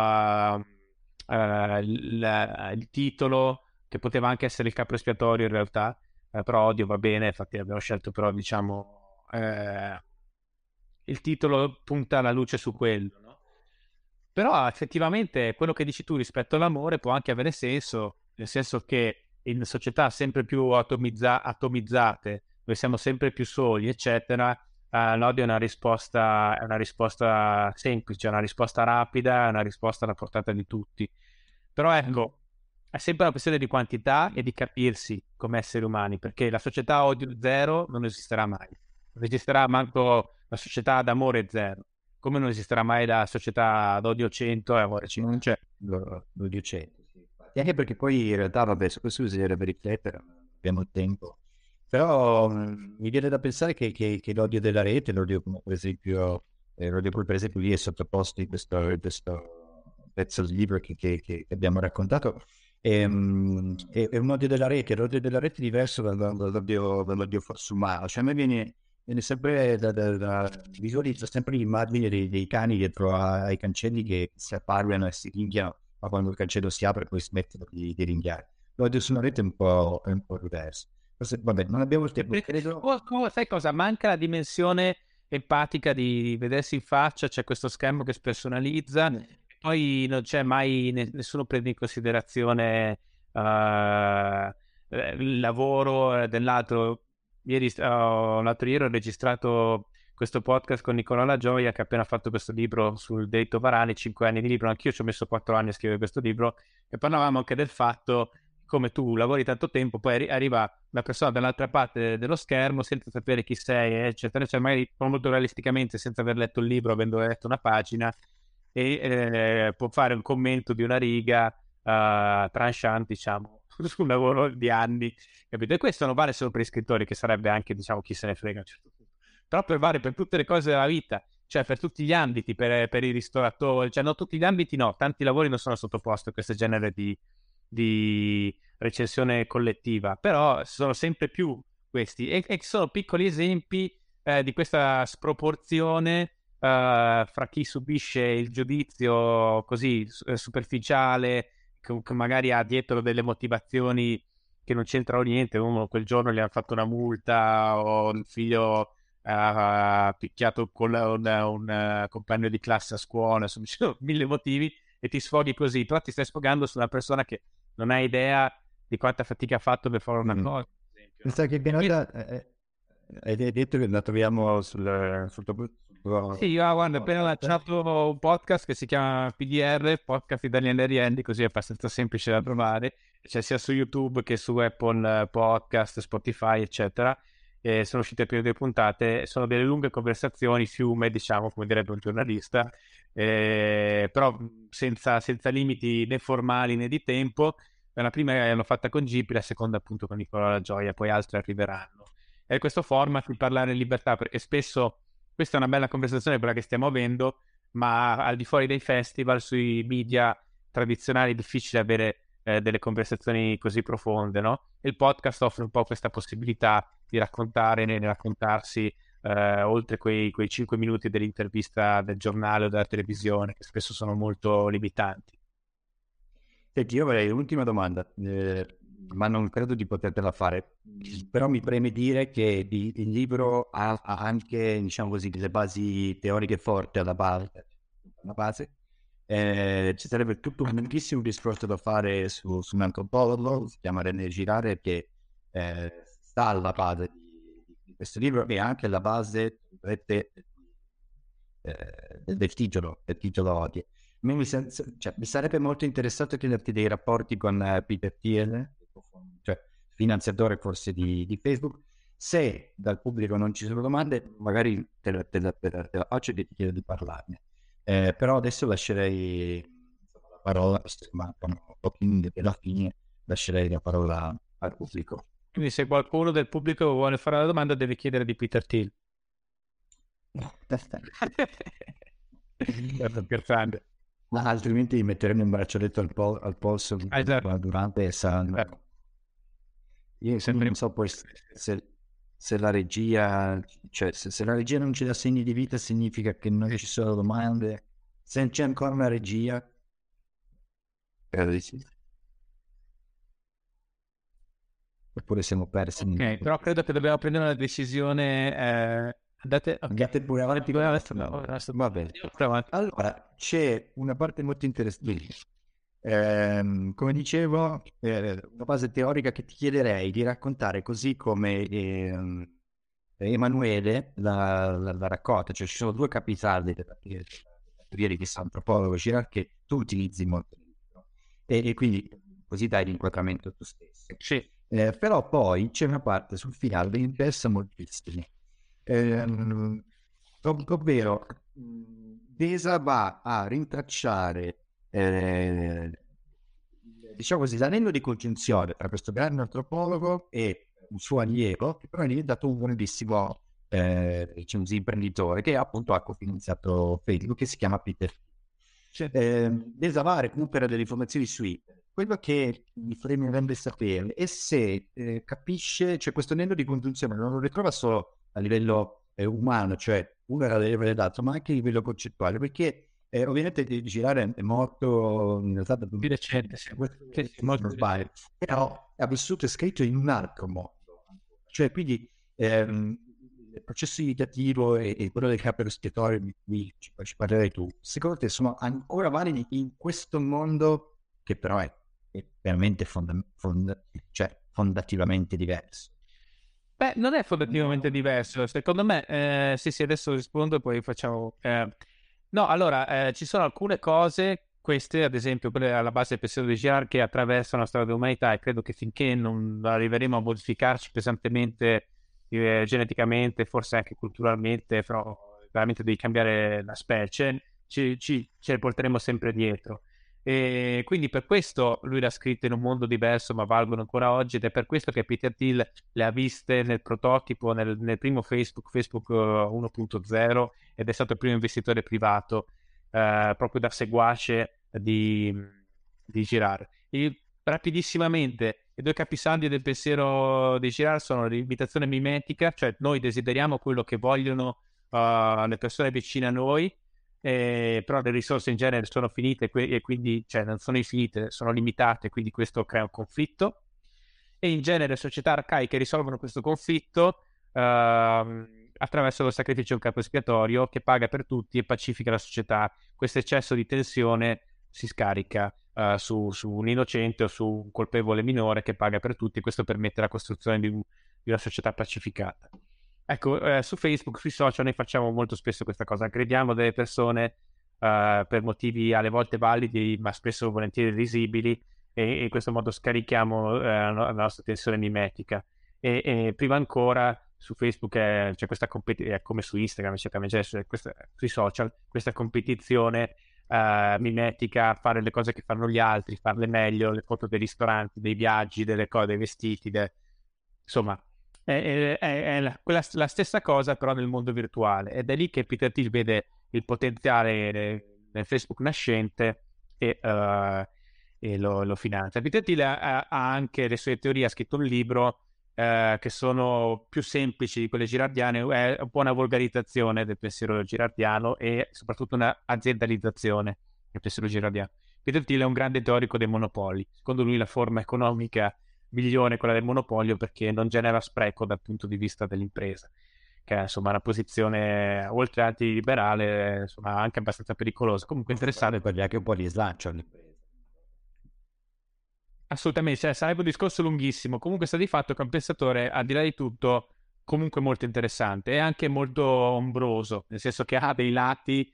il titolo, che poteva anche essere il capro espiatorio in realtà, però odio va bene, infatti abbiamo scelto però diciamo il titolo punta la luce su quello, no? Però effettivamente quello che dici tu rispetto all'amore può anche avere senso, nel senso che in società sempre più atomizzate, dove siamo sempre più soli, eccetera, l'odio è una risposta semplice, è una risposta rapida, è una risposta alla portata di tutti. Però ecco, è sempre una questione di quantità e di capirsi come esseri umani, perché la società odio zero non esisterà mai. Non esisterà manco la società d'amore zero, come non esisterà mai la società d'odio 100 e amore 100. Non c'è l'odio 100, sì, infatti. Anche perché poi in realtà, vabbè, su questo bisognerebbe riflettere, non abbiamo il tempo. Però mi viene da pensare che l'odio della rete, l'odio come per esempio, l'odio come per esempio lì è sottoposto in questo pezzo di libro che abbiamo raccontato, è un odio della rete. L'odio della rete è diverso dall'odio forse umano. Cioè a me viene sempre visualizzo sempre l'immagine dei cani dietro ai cancelli che si appaiono e si ringhiano, ma quando il cancello si apre poi smettono di ringhiare. L'odio sulla rete è un po' diverso. Forse, vabbè, non abbiamo il tempo, credo. Sai cosa? Manca la dimensione empatica di vedersi in faccia, c'è questo schermo che spersonalizza, poi non c'è mai nessuno prende in considerazione il lavoro dell'altro. L'altro ieri ho registrato questo podcast con Nicola Gioia che ha appena fatto questo libro sul delitto Varani, 5 anni di libro, anch'io ci ho messo 4 anni a scrivere questo libro e parlavamo anche del fatto come tu lavori tanto tempo, poi arriva una persona dall'altra parte dello schermo senza sapere chi sei, eccetera, cioè magari molto realisticamente senza aver letto il libro, avendo letto una pagina e può fare un commento di una riga tranchant, diciamo, su un lavoro di anni, capito? E questo non vale solo per gli scrittori, che sarebbe anche, diciamo, chi se ne frega a un certo punto, però vale per tutte le cose della vita, cioè per tutti gli ambiti, per i ristoratori, cioè no, tutti gli ambiti no, tanti lavori non sono sottoposti a questo genere di recensione collettiva, però sono sempre più questi e sono piccoli esempi di questa sproporzione fra chi subisce il giudizio così superficiale, che magari ha dietro delle motivazioni che non c'entrano niente. Uno quel giorno gli hanno fatto una multa o il figlio ha picchiato con un compagno di classe a scuola, insomma ci sono mille motivi e ti sfoghi così, però ti stai sfogando su una persona che non ha idea di quanta fatica ha fatto per fare una cosa, per esempio, no? Pensa che Benota hai detto che la troviamo sul tuo. Sì, io guarda, ho appena lanciato un podcast che si chiama PDR, Podcast di Daniele Rienzi, così è abbastanza semplice da trovare, c'è sia su YouTube che su Apple Podcast, Spotify, eccetera. E sono uscite le prime 2 puntate, sono delle lunghe conversazioni, fiume, diciamo, come direbbe un giornalista, però senza limiti né formali né di tempo. La prima l'ho fatta con Gipi, la seconda appunto con Nicola La Gioia, poi altre arriveranno. E questo format di parlare in libertà, perché spesso questa è una bella conversazione quella che stiamo avendo, ma al di fuori dei festival, sui media tradizionali è difficile avere delle conversazioni così profonde, no? E il podcast offre un po' questa possibilità di raccontare, ne raccontarsi oltre quei 5 minuti dell'intervista del giornale o della televisione, che spesso sono molto limitanti. Senti, io avrei un'ultima domanda, ma non credo di potertela fare. Però mi preme dire che il libro ha anche, diciamo così, delle basi teoriche forti alla base. Ci sarebbe tutto un lunghissimo discorso da fare su un antropologo, si chiama René Girard, che sta alla base di questo libro e anche alla base del titolo Odi. Mi sarebbe molto interessato chiederti dei rapporti con Peter Thiel, cioè finanziatore forse di Facebook. Se dal pubblico non ci sono domande, magari te la faccio e ti chiedo di parlarne. Però adesso lascerei la parola, visto che mancano pochi minuti alla fine, lascerei la parola al pubblico. Quindi se qualcuno del pubblico vuole fare la domanda deve chiedere di Peter Thiel. Sto scherzando. Ma altrimenti metteremo un braccialetto al polso Esatto. durante e saranno. Io non so poi se la regia, cioè se la regia non ci dà segni di vita significa che non ci sono domande. Se c'è ancora una regia, credo di sì. oppure siamo persi. Ok, però credo che dobbiamo prendere una decisione. Andate pure avanti. Va bene. Avanti. Allora, c'è una parte molto interessante. Come dicevo, una base teorica che ti chiederei di raccontare, così come Emanuele la racconta, cioè ci sono due capisaldi della teoria di questo antropologo Girard che tu utilizzi molto, e quindi così dai l'inquadramento tu stesso. Sì. Però poi c'è una parte sul finale che mi interessa moltissimo, ovvero Desa va a rintracciare, diciamo così, l'anello di congiunzione tra questo grande antropologo e un suo allievo, che però è diventato un grandissimo diciamo così, imprenditore, che appunto ha cofinanziato Facebook, che si chiama Peter. Desa va a recuperare delle informazioni su internet. Quello che mi farebbe sapere è se capisce, cioè questo anello di congiunzione non lo ritrova solo a livello umano, cioè uno era livello dato, ma anche a livello concettuale, perché ovviamente Girard è morto in realtà da Di recente, sì. non sbaglio, però ha vissuto e scritto in un altro mondo, cioè quindi il processo editativo e quello del capo espiatorio di cui ci parlerai tu, secondo te sono ancora validi in questo mondo che però è veramente fondativamente diverso? Beh, non è fondativamente diverso, secondo me. Sì, adesso rispondo e poi facciamo. No, allora, ci sono alcune cose, queste ad esempio, quelle alla base del pensiero di Girard, che attraversano la storia dell'umanità, e credo che finché non arriveremo a modificarci pesantemente geneticamente, forse anche culturalmente, però veramente devi cambiare la specie, ce le porteremo sempre dietro. E quindi per questo lui l'ha scritto in un mondo diverso, ma valgono ancora oggi, ed è per questo che Peter Thiel le ha viste nel prototipo, nel primo Facebook 1.0, ed è stato il primo investitore privato proprio da seguace di Girard. Rapidissimamente, i due capisaldi del pensiero di Girard sono l'imitazione mimetica, cioè noi desideriamo quello che vogliono le persone vicine a noi, però le risorse in genere sono finite e quindi, cioè, non sono infinite, sono limitate, quindi questo crea un conflitto. E in genere società arcaiche risolvono questo conflitto attraverso lo sacrificio di un capo espiatorio che paga per tutti e pacifica la società. Questo eccesso di tensione si scarica su un innocente o su un colpevole minore che paga per tutti, e questo permette la costruzione di una società pacificata. Ecco, su Facebook, sui social, noi facciamo molto spesso questa cosa, aggrediamo delle persone per motivi alle volte validi, ma spesso volentieri risibili, e in questo modo scarichiamo la nostra tensione mimetica. E prima ancora su Facebook c'è questa competizione, come su Instagram, sui social, questa competizione mimetica, fare le cose che fanno gli altri, farle meglio, le foto dei ristoranti, dei viaggi, delle cose, dei vestiti, insomma. È la stessa cosa però nel mondo virtuale, ed è lì che Peter Thiel vede il potenziale nel Facebook nascente e lo finanzia. Peter Thiel ha anche le sue teorie, ha scritto un libro che sono più semplici di quelle girardiane, è un po' una volgarizzazione del pensiero girardiano e soprattutto una aziendalizzazione del pensiero girardiano. Peter Thiel è un grande teorico dei monopoli. Secondo lui la forma economica migliore è quella del monopolio, perché non genera spreco dal punto di vista dell'impresa, che è insomma una posizione oltre antiliberale, insomma anche abbastanza pericolosa. Comunque interessante, per anche un po' di slancio all'impresa. Assolutamente, cioè, sarebbe un discorso lunghissimo. Comunque sta di fatto che è un pensatore, al di là di tutto, comunque molto interessante e anche molto ombroso, nel senso che ha dei lati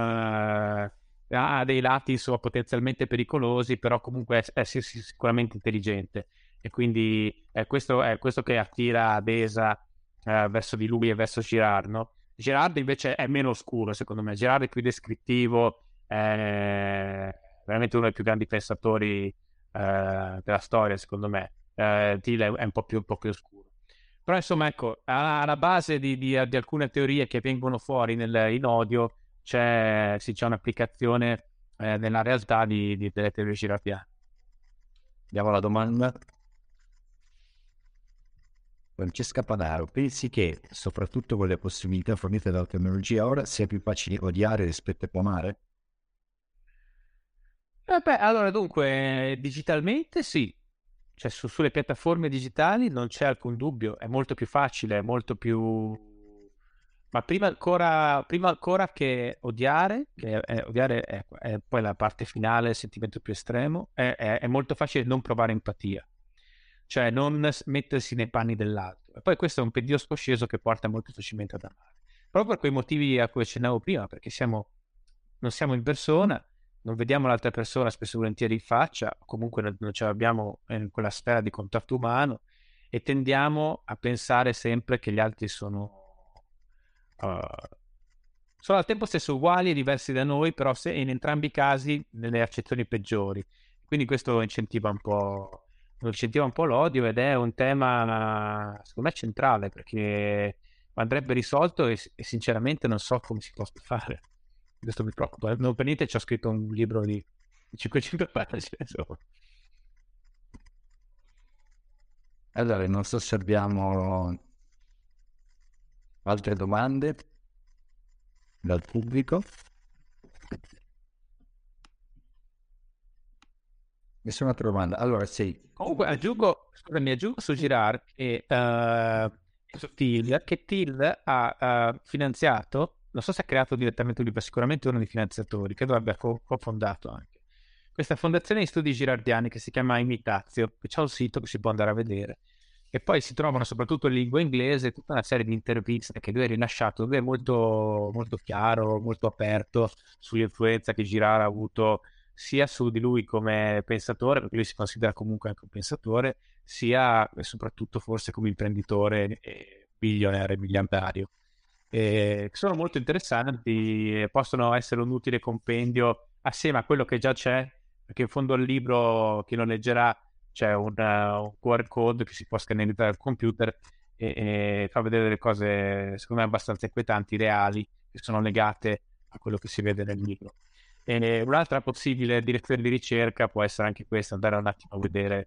insomma, potenzialmente pericolosi, però comunque è sicuramente intelligente, e quindi è questo che attira Desa verso di lui e verso Girard, no? Girard invece è meno oscuro, secondo me. Girard è più descrittivo, è veramente uno dei più grandi pensatori della storia, secondo me. Thiel è un po' più oscuro. Però insomma, ecco, alla base di alcune teorie che vengono fuori in odio c'è un'applicazione nella realtà delle teorie girardiane. Andiamo alla domanda. Francesca Panaro, pensi che, soprattutto con le possibilità fornite dalla tecnologia ora, sia più facile odiare rispetto a amare? Allora, dunque, digitalmente sì. cioè sulle piattaforme digitali non c'è alcun dubbio, è molto più facile, è molto più... Ma prima ancora che odiare, odiare è poi la parte finale, il sentimento più estremo, è molto facile non provare empatia, cioè non mettersi nei panni dell'altro. E poi questo è un pendio scosceso che porta molto facilmente ad amare. Proprio per quei motivi a cui accennavo prima, perché non siamo in persona, non vediamo l'altra persona spesso e volentieri in faccia, o comunque non ce l'abbiamo in quella sfera di contatto umano, e tendiamo a pensare sempre che gli altri sono al tempo stesso uguali e diversi da noi, però in entrambi i casi nelle accezioni peggiori. Quindi questo incentiva un po' l'odio, ed è un tema secondo me centrale, perché andrebbe risolto e sinceramente non so come si possa fare. Questo mi preoccupa. Non per niente ci ho scritto un libro di 500 pagine, insomma. Allora, non so se abbiamo altre domande dal pubblico. Nessuna altra domanda. Allora, sì. Comunque aggiungo su Girard e su Till, che Till ha finanziato, non so se ha creato direttamente un libro, sicuramente uno dei finanziatori, credo abbia cofondato anche questa fondazione di studi girardiani che si chiama Imitatio, che c'è un sito che si può andare a vedere, e poi si trovano soprattutto in lingua inglese tutta una serie di interviste che lui ha rilasciato. Lui è molto, molto chiaro, molto aperto sull'influenza che Girard ha avuto sia su di lui come pensatore, perché lui si considera comunque anche un pensatore, sia e soprattutto forse come imprenditore e milionario, miliardario. Sono molto interessanti e possono essere un utile compendio assieme a quello che già c'è, perché in fondo al libro, chi lo leggerà, c'è un QR code che si può scannerizzare al computer e fa vedere delle cose secondo me abbastanza inquietanti, reali, che sono legate a quello che si vede nel libro. E un'altra possibile direzione di ricerca può essere anche questa, andare un attimo a vedere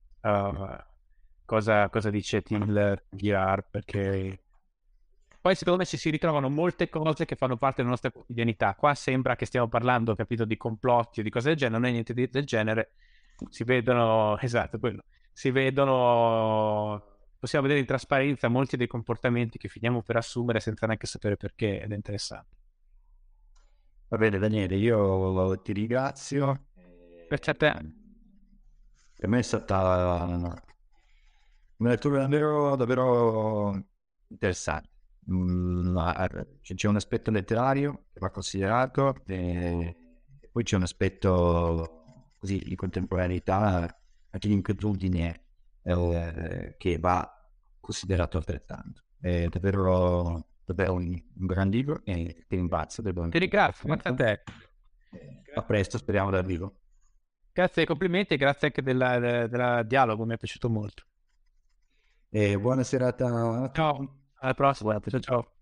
cosa dice Till Girard, perché poi secondo me ci si ritrovano molte cose che fanno parte della nostra quotidianità. Qua sembra che stiamo parlando, capito, di complotti o di cose del genere, non è niente del genere. Si vedono, esatto, quello. Si vedono, possiamo vedere in trasparenza molti dei comportamenti che finiamo per assumere senza neanche sapere perché, ed è interessante. Va bene, Daniele, io ti ringrazio. Per certe... Per me è stata una lettura davvero, davvero interessante. C'è un aspetto letterario che va considerato, e poi c'è un aspetto così di contemporaneità, anche di inquietudine, che va considerato altrettanto. È davvero un gran libro e ti ringrazio. Ti ringrazio, grazie a te. A presto, speriamo dal vivo. Grazie ai complimenti e grazie anche del dialogo, mi è piaciuto molto. E buona serata. Ciao, alla prossima. Ciao ciao.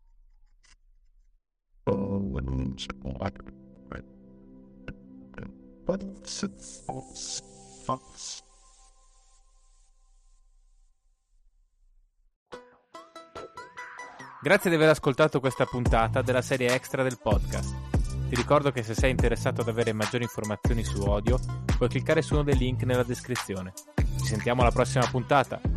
Grazie di aver ascoltato questa puntata della serie extra del podcast. Ti ricordo che se sei interessato ad avere maggiori informazioni su Odio, puoi cliccare su uno dei link nella descrizione. Ci sentiamo alla prossima puntata.